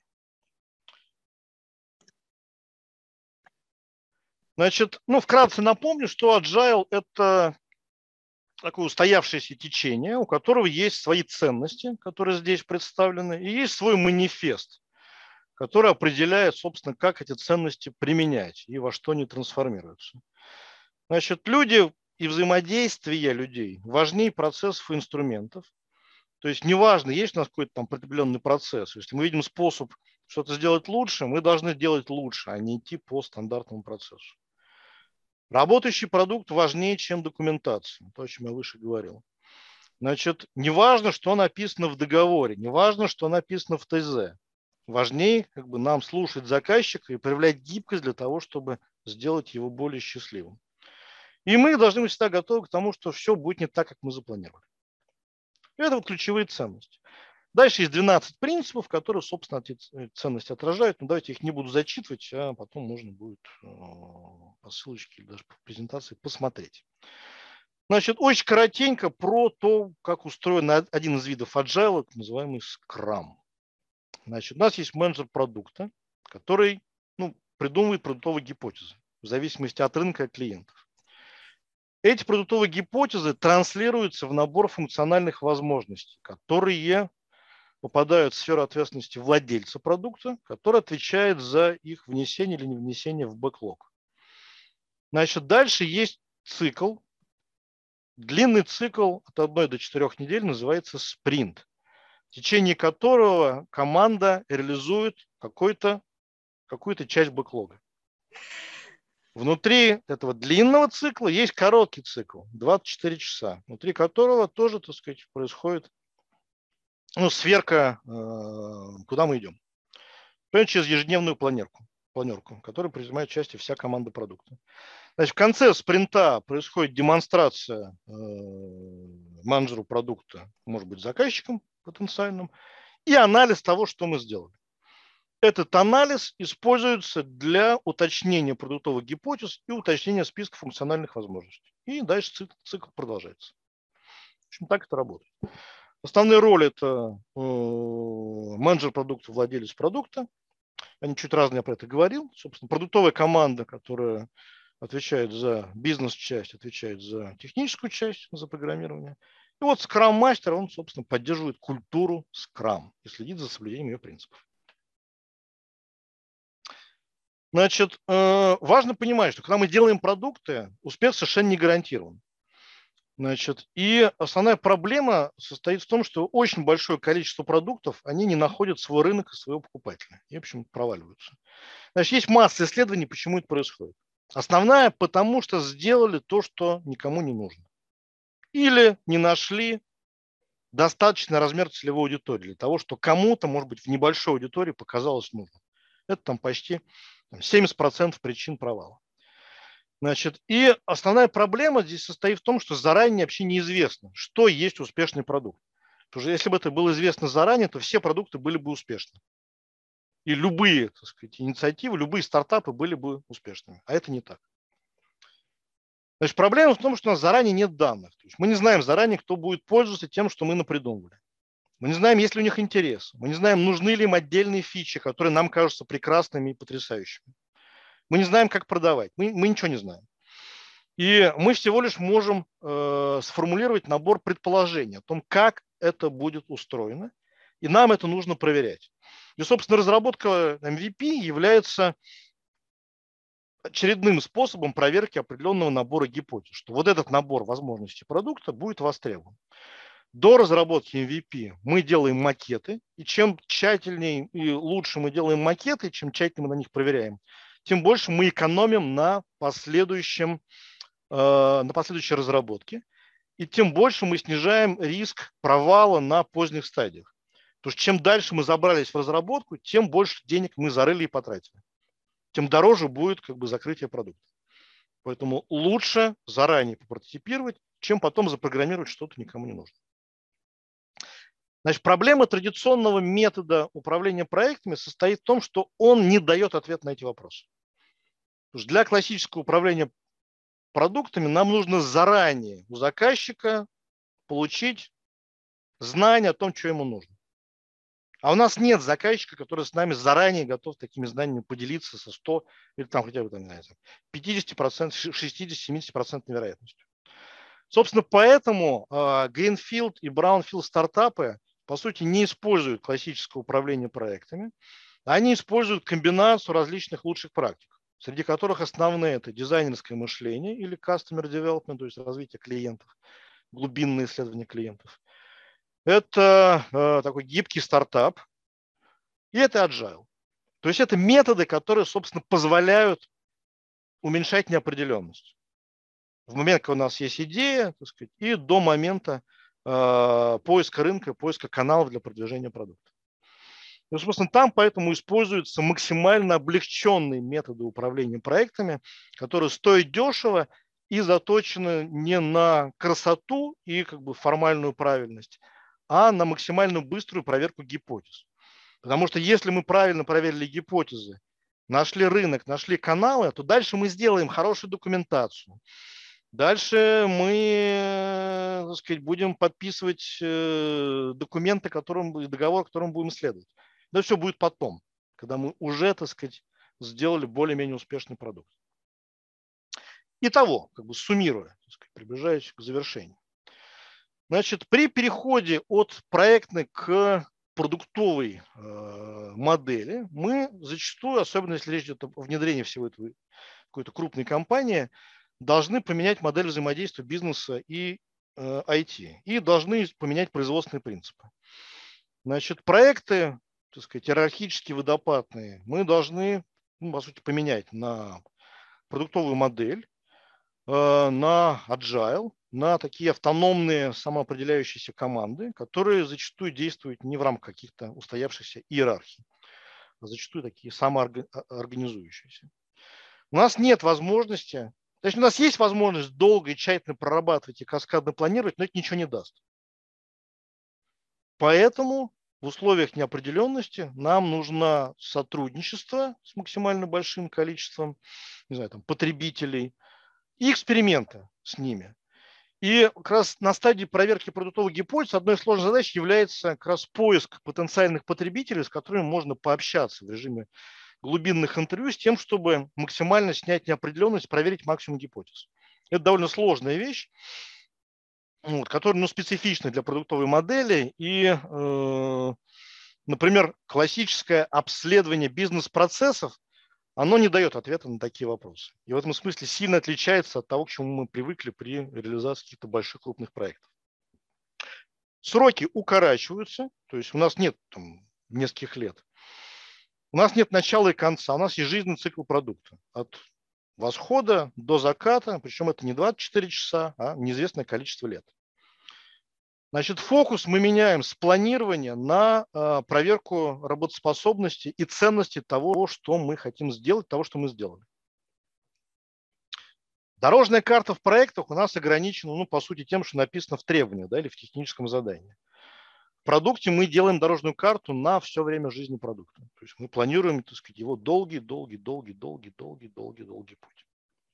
Значит, ну, вкратце напомню, что Agile – это такое устоявшееся течение, у которого есть свои ценности, которые здесь представлены, и есть свой манифест, который определяет, собственно, как эти ценности применять и во что они трансформируются. Значит, люди и взаимодействие людей важнее процессов и инструментов. То есть неважно, есть у нас какой-то там определенный процесс. Если мы видим способ что-то сделать лучше, мы должны делать лучше, а не идти по стандартному процессу. Работающий продукт важнее, чем документация, то, о чем я выше говорил. Значит, не важно, что написано в договоре, не важно, что написано в ТЗ. Важнее как бы, нам слушать заказчика и проявлять гибкость для того, чтобы сделать его более счастливым. И мы должны быть всегда готовы к тому, что все будет не так, как мы запланировали. И это вот ключевые ценности. Дальше есть 12 принципов, которые, собственно, эти ценности отражают. Но давайте их не буду зачитывать, а потом можно будет по ссылочке или даже по презентации посмотреть. Значит, очень коротенько про то, как устроен один из видов agile, называемый Scrum. Значит, у нас есть менеджер продукта, который придумывает продуктовые гипотезы в зависимости от рынка и клиентов. Эти продуктовые гипотезы транслируются в набор функциональных возможностей, которые попадают в сферу ответственности владельца продукта, который отвечает за их внесение или не внесение в бэклог. Значит, дальше есть цикл. Длинный цикл от 1 до 4 недель называется спринт, в течение которого команда реализует какую-то часть бэклога. Внутри этого длинного цикла есть короткий цикл, 24 часа, внутри которого тоже, так сказать, происходит сверка, куда мы идем. Например, через ежедневную планерку, в которой принимает участие вся команда продукта. Значит, в конце спринта происходит демонстрация менеджеру продукта, может быть, заказчиком потенциальным, и анализ того, что мы сделали. Этот анализ используется для уточнения продуктовых гипотез и уточнения списка функциональных возможностей. И дальше цикл продолжается. В общем, так это работает. Основные роли – это менеджер продукта, владелец продукта. Они чуть разные, я про это говорил. Собственно, продуктовая команда, которая отвечает за бизнес-часть, отвечает за техническую часть, за программирование. И вот скрам-мастер, он, собственно, поддерживает культуру скрам и следит за соблюдением ее принципов. Значит, важно понимать, что когда мы делаем продукты, успех совершенно не гарантирован. Значит, и основная проблема состоит в том, что очень большое количество продуктов, они не находят свой рынок и своего покупателя. И, в общем, проваливаются. Значит, есть масса исследований, почему это происходит. Основная, потому что сделали то, что никому не нужно. Или не нашли достаточный размер целевой аудитории для того, что кому-то, может быть, в небольшой аудитории показалось нужным. Это там почти 70% причин провала. Значит, и основная проблема здесь состоит в том, что заранее вообще неизвестно, что есть успешный продукт. Потому что если бы это было известно заранее, то все продукты были бы успешны. И любые, так сказать, инициативы, любые стартапы были бы успешными. А это не так. Значит, проблема в том, что у нас заранее нет данных. То есть мы не знаем заранее, кто будет пользоваться тем, что мы напридумывали. Мы не знаем, есть ли у них интерес. Мы не знаем, нужны ли им отдельные фичи, которые нам кажутся прекрасными и потрясающими. Мы не знаем, как продавать. Мы ничего не знаем. И мы всего лишь можем сформулировать набор предположений о том, как это будет устроено. И нам это нужно проверять. И, собственно, разработка MVP является очередным способом проверки определенного набора гипотез, что вот этот набор возможностей продукта будет востребован. До разработки MVP мы делаем макеты, и чем тщательнее и лучше мы делаем макеты, чем тщательнее мы на них проверяем, тем больше мы экономим на последующей разработке, и тем больше мы снижаем риск провала на поздних стадиях. Потому что чем дальше мы забрались в разработку, тем больше денег мы зарыли и потратили. Тем дороже будет закрытие продукта. Поэтому лучше заранее попрототипировать, чем потом запрограммировать что-то никому не нужно. Значит, проблема традиционного метода управления проектами состоит в том, что он не дает ответ на эти вопросы. Потому что для классического управления продуктами нам нужно заранее у заказчика получить знания о том, что ему нужно. А у нас нет заказчика, который с нами заранее готов такими знаниями поделиться со 100 или там хотя бы 50%, 60-70% вероятностью. Собственно, поэтому Greenfield и Brownfield стартапы, по сути, не используют классическое управление проектами. Они используют комбинацию различных лучших практик, среди которых основные – это дизайнерское мышление или customer development, то есть развитие клиентов, глубинное исследование клиентов. Это такой гибкий стартап, и это agile. То есть это методы, которые, собственно, позволяют уменьшать неопределенность. В момент, когда у нас есть идея, так сказать, и до момента поиска рынка, поиска каналов для продвижения продукта. И, собственно, там поэтому используются максимально облегченные методы управления проектами, которые стоят дешево и заточены не на красоту и формальную правильность, а на максимально быструю проверку гипотез. Потому что если мы правильно проверили гипотезы, нашли рынок, нашли каналы, то дальше мы сделаем хорошую документацию. Дальше мы, так сказать, будем подписывать документы, договор, которым будем исследовать. Но все будет потом, когда мы уже, так сказать, сделали более-менее успешный продукт. Итого, суммируя, так сказать, приближаясь к завершению. Значит, при переходе от проектной к продуктовой модели мы зачастую, особенно если речь идет о внедрении всего этого какой-то крупной компании, должны поменять модель взаимодействия бизнеса и IT. И должны поменять производственные принципы. Значит, проекты, так сказать, иерархически водопадные, мы должны, по сути, поменять на продуктовую модель, на agile, на такие автономные самоопределяющиеся команды, которые зачастую действуют не в рамках каких-то устоявшихся иерархий, а зачастую такие самоорганизующиеся. У нас нет возможности, то есть у нас есть возможность долго и тщательно прорабатывать и каскадно планировать, но это ничего не даст. Поэтому в условиях неопределенности нам нужно сотрудничество с максимально большим количеством, не знаю, потребителей и эксперименты с ними. И как раз на стадии проверки продуктовых гипотез одной из сложных задач является как раз поиск потенциальных потребителей, с которыми можно пообщаться в режиме глубинных интервью с тем, чтобы максимально снять неопределенность, проверить максимум гипотез. Это довольно сложная вещь, которая специфична для продуктовой модели. И, например, классическое обследование бизнес-процессов, оно не дает ответа на такие вопросы. И в этом смысле сильно отличается от того, к чему мы привыкли при реализации каких-то больших крупных проектов. Сроки укорачиваются, то есть у нас нет нескольких лет. У нас нет начала и конца, у нас есть жизненный цикл продукта. От восхода до заката, причем это не 24 часа, а неизвестное количество лет. Значит, фокус мы меняем с планирования на проверку работоспособности и ценности того, что мы хотим сделать, того, что мы сделали. Дорожная карта в проектах у нас ограничена, по сути, тем, что написано в требованиях, или в техническом задании. В продукте мы делаем дорожную карту на все время жизни продукта. То есть мы планируем, так сказать, его долгий путь.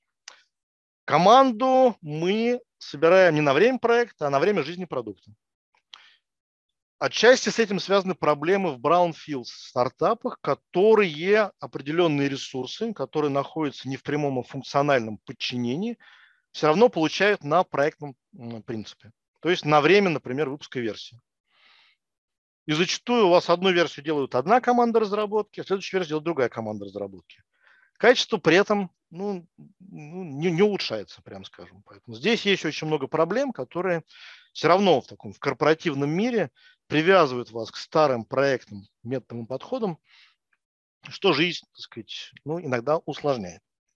Команду мы собираем не на время проекта, а на время жизни продукта. Отчасти с этим связаны проблемы в Brownfield стартапах, которые определенные ресурсы, которые находятся не в прямом, а в функциональном подчинении, все равно получают на проектном принципе. То есть на время, например, выпуска версии. И зачастую у вас одну версию делают одна команда разработки, а следующую версию делает другая команда разработки. Качество при этом не улучшается, прям скажем. Поэтому здесь есть очень много проблем, которые все равно в корпоративном мире привязывают вас к старым проектам, методам и подходам, что жизнь, так сказать, иногда усложняет.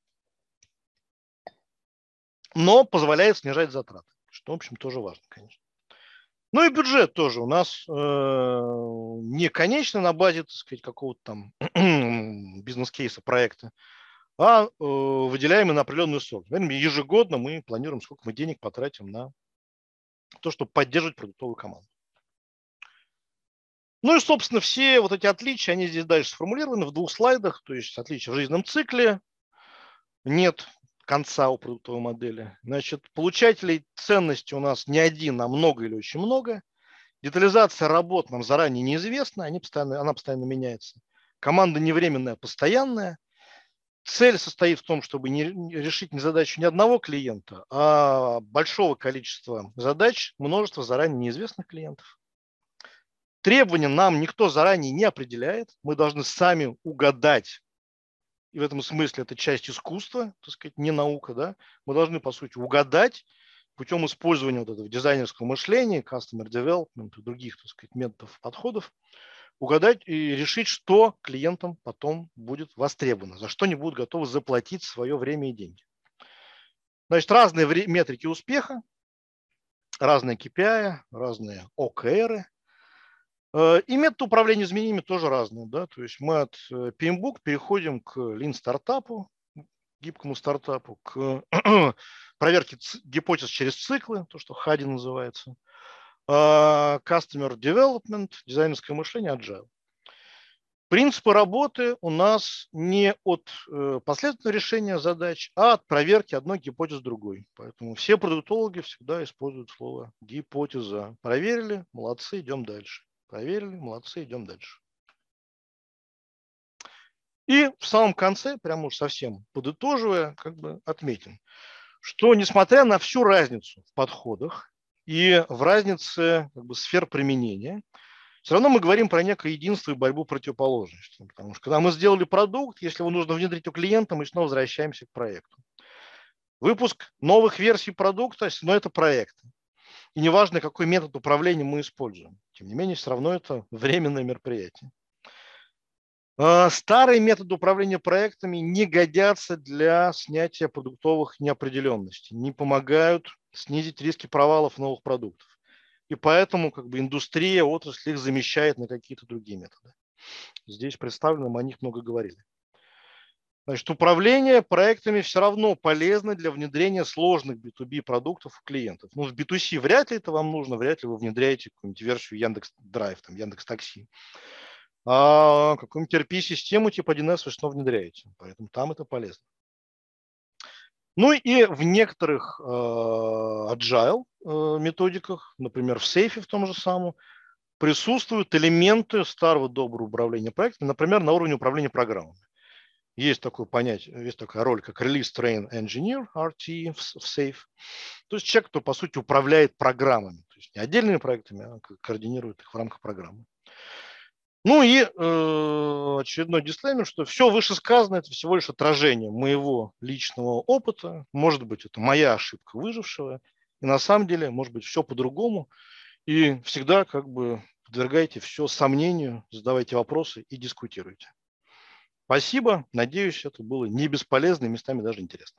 Но позволяет снижать затраты, что, в общем, тоже важно, конечно. Ну и бюджет тоже у нас не конечный на базе, так сказать, какого-то там бизнес-кейса проекта, а выделяемый на определенный срок. Ежегодно мы планируем, сколько мы денег потратим на то, чтобы поддерживать продуктовую команду. Ну и, собственно, все вот эти отличия, они здесь дальше сформулированы в 2 слайдах. То есть отличия в жизненном цикле, нет конца у продуктовой модели. Значит, получателей ценности у нас не один, а много или очень много. Детализация работ нам заранее неизвестна, она постоянно меняется. Команда не временная, а постоянная. Цель состоит в том, чтобы решить не задачу ни одного клиента, а большого количества задач, множество заранее неизвестных клиентов. Требования нам никто заранее не определяет. Мы должны сами угадать. И в этом смысле это часть искусства, так сказать, не наука. Да? Мы должны, по сути, угадать путем использования вот этого дизайнерского мышления, customer development и других, так сказать, методов, подходов, угадать и решить, что клиентам потом будет востребовано, за что они будут готовы заплатить свое время и деньги. Значит, разные метрики успеха, разные KPI, разные OKR. И метод управления изменениями тоже разные. Да? То есть мы от PMBOK переходим к Lean стартапу, гибкому стартапу, к проверке гипотез через циклы, то, что HADI называется, Customer Development, дизайнерское мышление, Agile. Принципы работы у нас не от последовательного решения задач, а от проверки одной гипотезы другой. Поэтому все продуктологи всегда используют слово гипотеза. Проверили, молодцы, идем дальше. Проверили, молодцы, идем дальше. И в самом конце, прямо уж совсем подытоживая, отметим, что несмотря на всю разницу в подходах и в разнице сфер применения, все равно мы говорим про некое единство и борьбу противоположностей. Потому что когда мы сделали продукт, если его нужно внедрить у клиента, мы снова возвращаемся к проекту. Выпуск новых версий продукта, но это проект. И неважно, какой метод управления мы используем. Тем не менее, все равно это временное мероприятие. Старые методы управления проектами не годятся для снятия продуктовых неопределенностей, не помогают снизить риски провалов новых продуктов. И поэтому индустрия, отрасль их замещает на какие-то другие методы. Здесь представлено, мы о них много говорили. Значит, управление проектами все равно полезно для внедрения сложных B2B продуктов у клиентов. В B2C вряд ли это вам нужно, вряд ли вы внедряете какую-нибудь версию Яндекс.Драйв, Яндекс.Такси. А какую-нибудь ERP-систему типа 1С вы что внедряете. Поэтому там это полезно. Ну и в некоторых agile методиках, например, в сейфе в том же самом, присутствуют элементы старого доброго управления проектами, например, на уровне управления программами. Есть такое понятие, есть такая роль, как Release Train Engineer, RT в SAFe. То есть человек, кто, по сути, управляет программами. То есть не отдельными проектами, а координирует их в рамках программы. Ну и очередной дисклеймер, что все вышесказанное – это всего лишь отражение моего личного опыта. Может быть, это моя ошибка выжившего. И на самом деле, может быть, все по-другому. И всегда подвергайте все сомнению, задавайте вопросы и дискутируйте. Спасибо. Надеюсь, это было не бесполезно и местами даже интересно.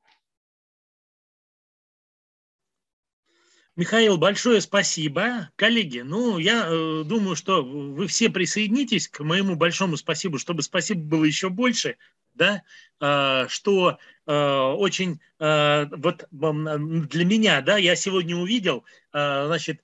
Михаил, большое спасибо. Коллеги, я думаю, что вы все присоединитесь к моему большому спасибо, чтобы спасибо было еще больше, да, что очень вот для меня, да, я сегодня увидел, значит,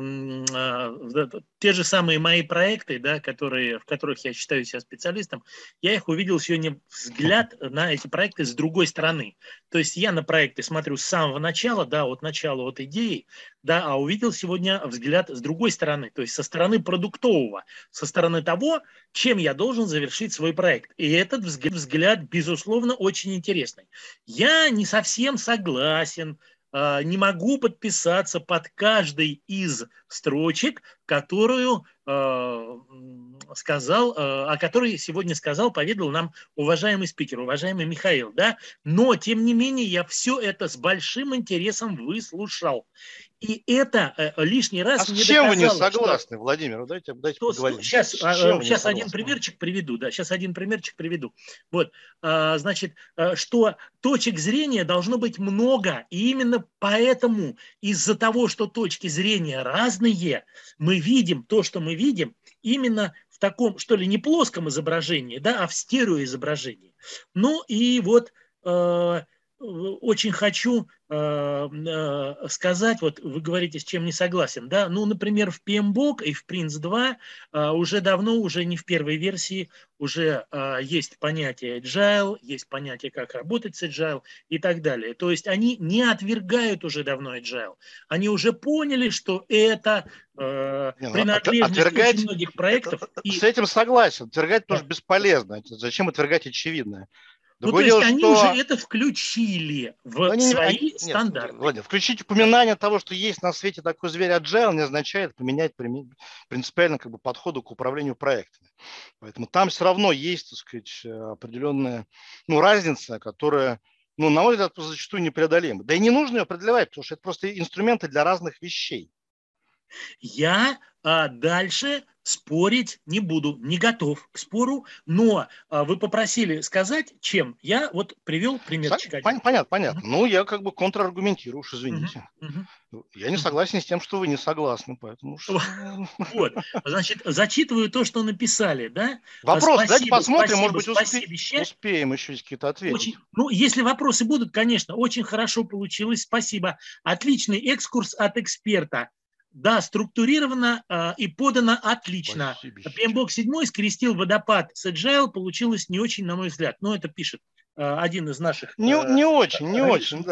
те же самые мои проекты, да, в которых я считаю себя специалистом, я их увидел сегодня взгляд на эти проекты с другой стороны. То есть я на проекты смотрю с самого начала, да, от начала, от идеи, да, а увидел сегодня взгляд с другой стороны, то есть со стороны продуктового, со стороны того, чем я должен завершить свой проект. И этот взгляд, безусловно, очень интересный. Я не совсем согласен, не могу подписаться под каждой из строчек которую о которой сегодня поведал нам уважаемый спикер, уважаемый Михаил, да, но, тем не менее, я все это с большим интересом выслушал. И это лишний раз с мне чем вы не доказало, согласны, Владимир? Давайте поговорим. Сейчас один примерчик приведу. Вот, значит, что точек зрения должно быть много, и именно поэтому из-за того, что точки зрения разные, мы видим то, что мы видим, именно в таком, что ли, не плоском изображении, да, а в стереоизображении. Ну и вот очень хочу сказать, вот вы говорите, с чем не согласен, да, ну, например, в PMBOK и в Prince2 уже давно, уже не в первой версии, уже есть понятие agile, есть понятие, как работать с agile и так далее. То есть они не отвергают уже давно agile, они уже поняли, что это принадлежность очень многих проектов. С этим согласен, отвергать тоже бесполезно, зачем отвергать очевидное? Ну, то есть они уже это включили в свои стандарты. Владимир, включить упоминание того, что есть на свете такой зверь agile, не означает поменять принципиально как бы подходы к управлению проектами. Поэтому там все равно есть, так сказать, определенная разница, которая, на мой взгляд, зачастую непреодолима. Да и не нужно ее преодолевать, потому что это просто инструменты для разных вещей. Я дальше спорить не буду, не готов к спору, но вы попросили сказать, чем. Я вот привел примерчик. Понятно. Ну, я как бы контраргументирую, уж извините. Я не согласен с тем, что вы не согласны, поэтому... Вот, значит, зачитываю то, что написали, да? Вопрос, давайте посмотрим, может быть, успеем еще какие-то ответить. Ну, если вопросы будут, конечно, очень хорошо получилось, спасибо. Отличный экскурс от эксперта. Да, структурировано и подано отлично. PMBOK 7 скрестил водопад с Agile, получилось не очень, на мой взгляд. Но это пишет один из наших... Не очень.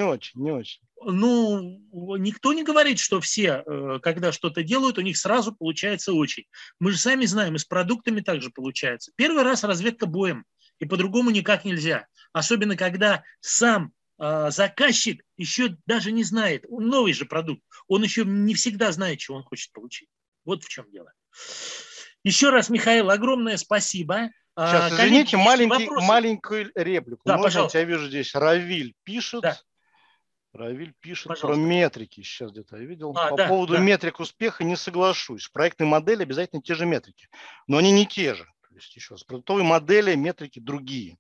Ну, никто не говорит, что все, когда что-то делают, у них сразу получается очень. Мы же сами знаем, и с продуктами также получается. Первый раз разведка боем, и по-другому никак нельзя. Особенно, когда сам заказчик еще даже не знает, новый же продукт, он еще не всегда знает, чего он хочет получить. Вот в чем дело. Еще раз, Михаил, огромное спасибо. Сейчас, извините, маленькую реплику. Да, пожалуйста. Я вижу здесь, Равиль пишет. Да. Равиль пишет про метрики. Сейчас где-то я видел. По поводу метрик успеха не соглашусь. В проектной модели обязательно те же метрики. Но они не те же. То есть, еще раз, в продуктовой модели метрики другие.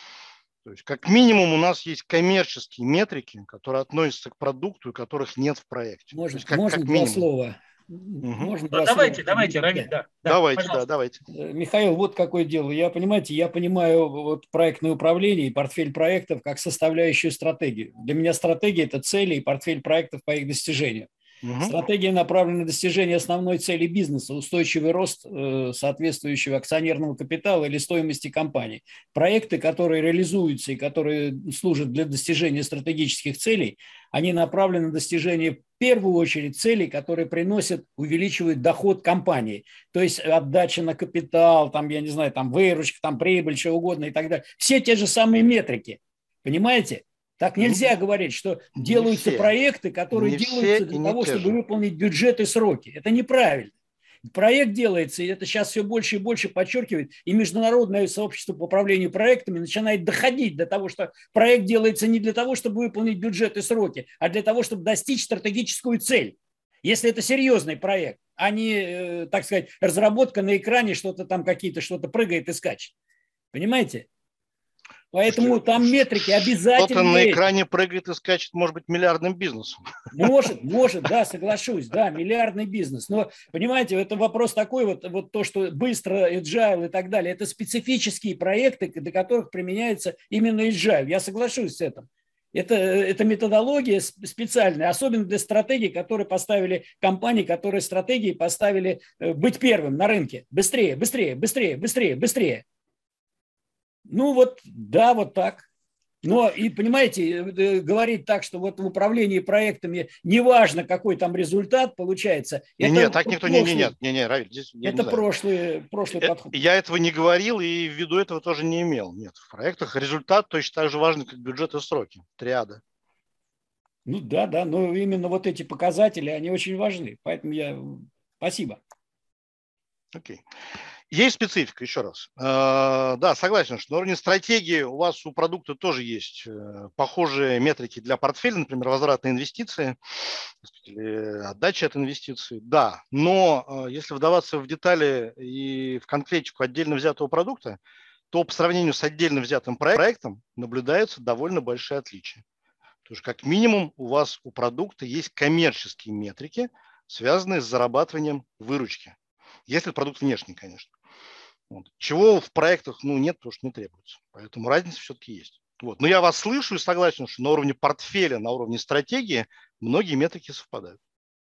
То есть, как минимум, у нас есть коммерческие метрики, которые относятся к продукту, и которых нет в проекте. Можно как два слова? Можно давайте, Равиль, да. Давайте. Михаил, вот какое дело. Я понимаю вот проектное управление и портфель проектов как составляющую стратегию. Для меня стратегия – это цели и портфель проектов по их достижению. Стратегия направлена на достижение основной цели бизнеса, устойчивый рост соответствующего акционерного капитала или стоимости компании. Проекты, которые реализуются и которые служат для достижения стратегических целей, они направлены на достижение в первую очередь целей, которые увеличивают доход компании. То есть отдача на капитал, выручка, прибыль, что угодно и так далее. Все те же самые метрики. Понимаете? Так нельзя говорить, что делаются проекты, которые делаются для того, чтобы выполнить бюджет и сроки. Это неправильно. Проект делается, и это сейчас все больше и больше подчеркивает, и международное сообщество по управлению проектами начинает доходить до того, что проект делается не для того, чтобы выполнить бюджет и сроки, а для того, чтобы достичь стратегическую цель. Если это серьезный проект, а не, так сказать, разработка на экране, что-то прыгает и скачет. Понимаете? Поэтому там метрики обязательно. Кто-то на экране прыгает и скачет, может быть, миллиардным бизнесом. Может, да, соглашусь, да, миллиардный бизнес. Но, понимаете, это вопрос такой, вот то, что быстро, agile и так далее, это специфические проекты, для которых применяется именно agile. Я соглашусь с этим. Это методология специальная, особенно для стратегий, которые поставили компании, которые стратегии поставили быть первым на рынке. Быстрее. Ну вот, да, вот так. Но и, понимаете, говорить так, что вот в управлении проектами неважно, какой там результат получается. Нет, так никто не, Равиль, здесь я это не знаю. прошлый подход. Я этого не говорил и в виду этого тоже не имел. Нет, в проектах результат точно так же важен, как бюджет и сроки. Триада. Ну да, но именно вот эти показатели, они очень важны. Поэтому я Спасибо. Окей. Есть специфика, еще раз. Да, согласен, что на уровне стратегии у вас у продукта тоже есть похожие метрики для портфеля, например, возврат на инвестиции или отдача от инвестиций. Да, но если вдаваться в детали и в конкретику отдельно взятого продукта, то по сравнению с отдельно взятым проектом наблюдаются довольно большие отличия. Потому что как минимум у вас у продукта есть коммерческие метрики, связанные с зарабатыванием выручки. Если продукт внешний, конечно. Вот. Чего в проектах нет, потому что не требуется. Поэтому разница все-таки есть. Вот. Но я вас слышу и согласен, что на уровне портфеля, на уровне стратегии многие метрики совпадают.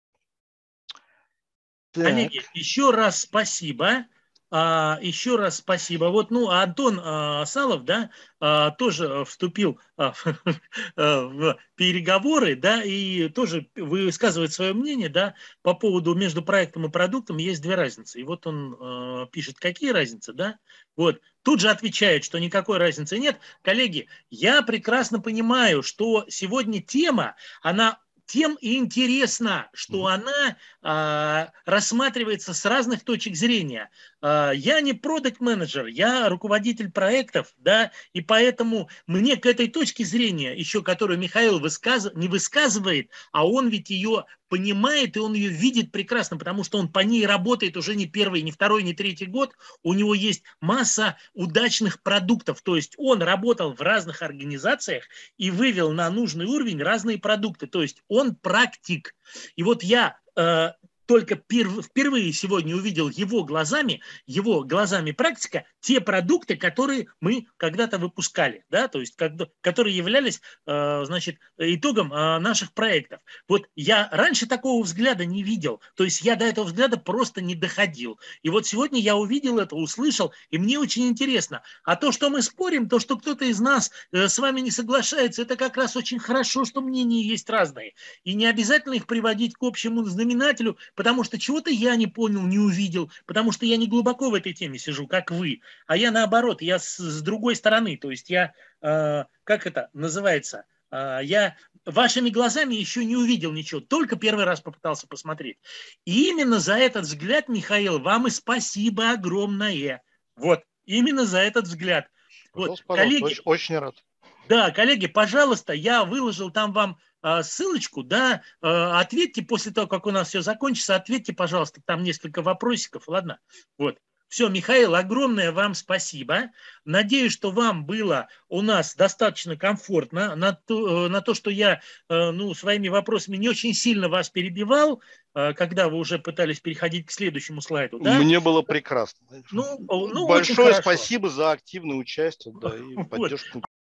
Коллеги, еще раз спасибо. Еще раз спасибо. Вот, Антон Салов, да, тоже вступил в переговоры, да, и тоже высказывает свое мнение, да, по поводу между проектом и продуктом есть две разницы. И вот он пишет, какие разницы, да. Вот. Тут же отвечает, что никакой разницы нет. Коллеги, я прекрасно понимаю, что сегодня тема, она тем и интересно, что она рассматривается с разных точек зрения. Я не продакт-менеджер, я руководитель проектов, да, и поэтому мне к этой точке зрения, еще которую Михаил не высказывает, а он ведь ее понимает, и он ее видит прекрасно, потому что он по ней работает уже не первый, не второй, не третий год, у него есть масса удачных продуктов, то есть он работал в разных организациях и вывел на нужный уровень разные продукты, то есть он практик. И вот я только впервые сегодня увидел его глазами практика, те продукты, которые мы когда-то выпускали, да, то есть которые являлись, значит, итогом наших проектов. Вот я раньше такого взгляда не видел, то есть я до этого взгляда просто не доходил. И вот сегодня я увидел это, услышал, и мне очень интересно. А то, что мы спорим, то, что кто-то из нас с вами не соглашается, это как раз очень хорошо, что мнения есть разные. И не обязательно их приводить к общему знаменателю, потому что чего-то я не понял, не увидел, потому что я не глубоко в этой теме сижу, как вы, а я наоборот, я с другой стороны, то есть я, как это называется, я вашими глазами еще не увидел ничего, только первый раз попытался посмотреть. И именно за этот взгляд, Михаил, вам и спасибо огромное. Вот, именно за этот взгляд. Вот, коллеги, очень рад. Да, коллеги, пожалуйста, я выложил там вам ссылочку, да, ответьте после того, как у нас все закончится, ответьте, пожалуйста, там несколько вопросиков, ладно? Вот. Все, Михаил, огромное вам спасибо. Надеюсь, что вам было у нас достаточно комфортно на то, что я своими вопросами не очень сильно вас перебивал, когда вы уже пытались переходить к следующему слайду. Да? Мне было прекрасно. Большое спасибо за активное участие, да, и поддержку.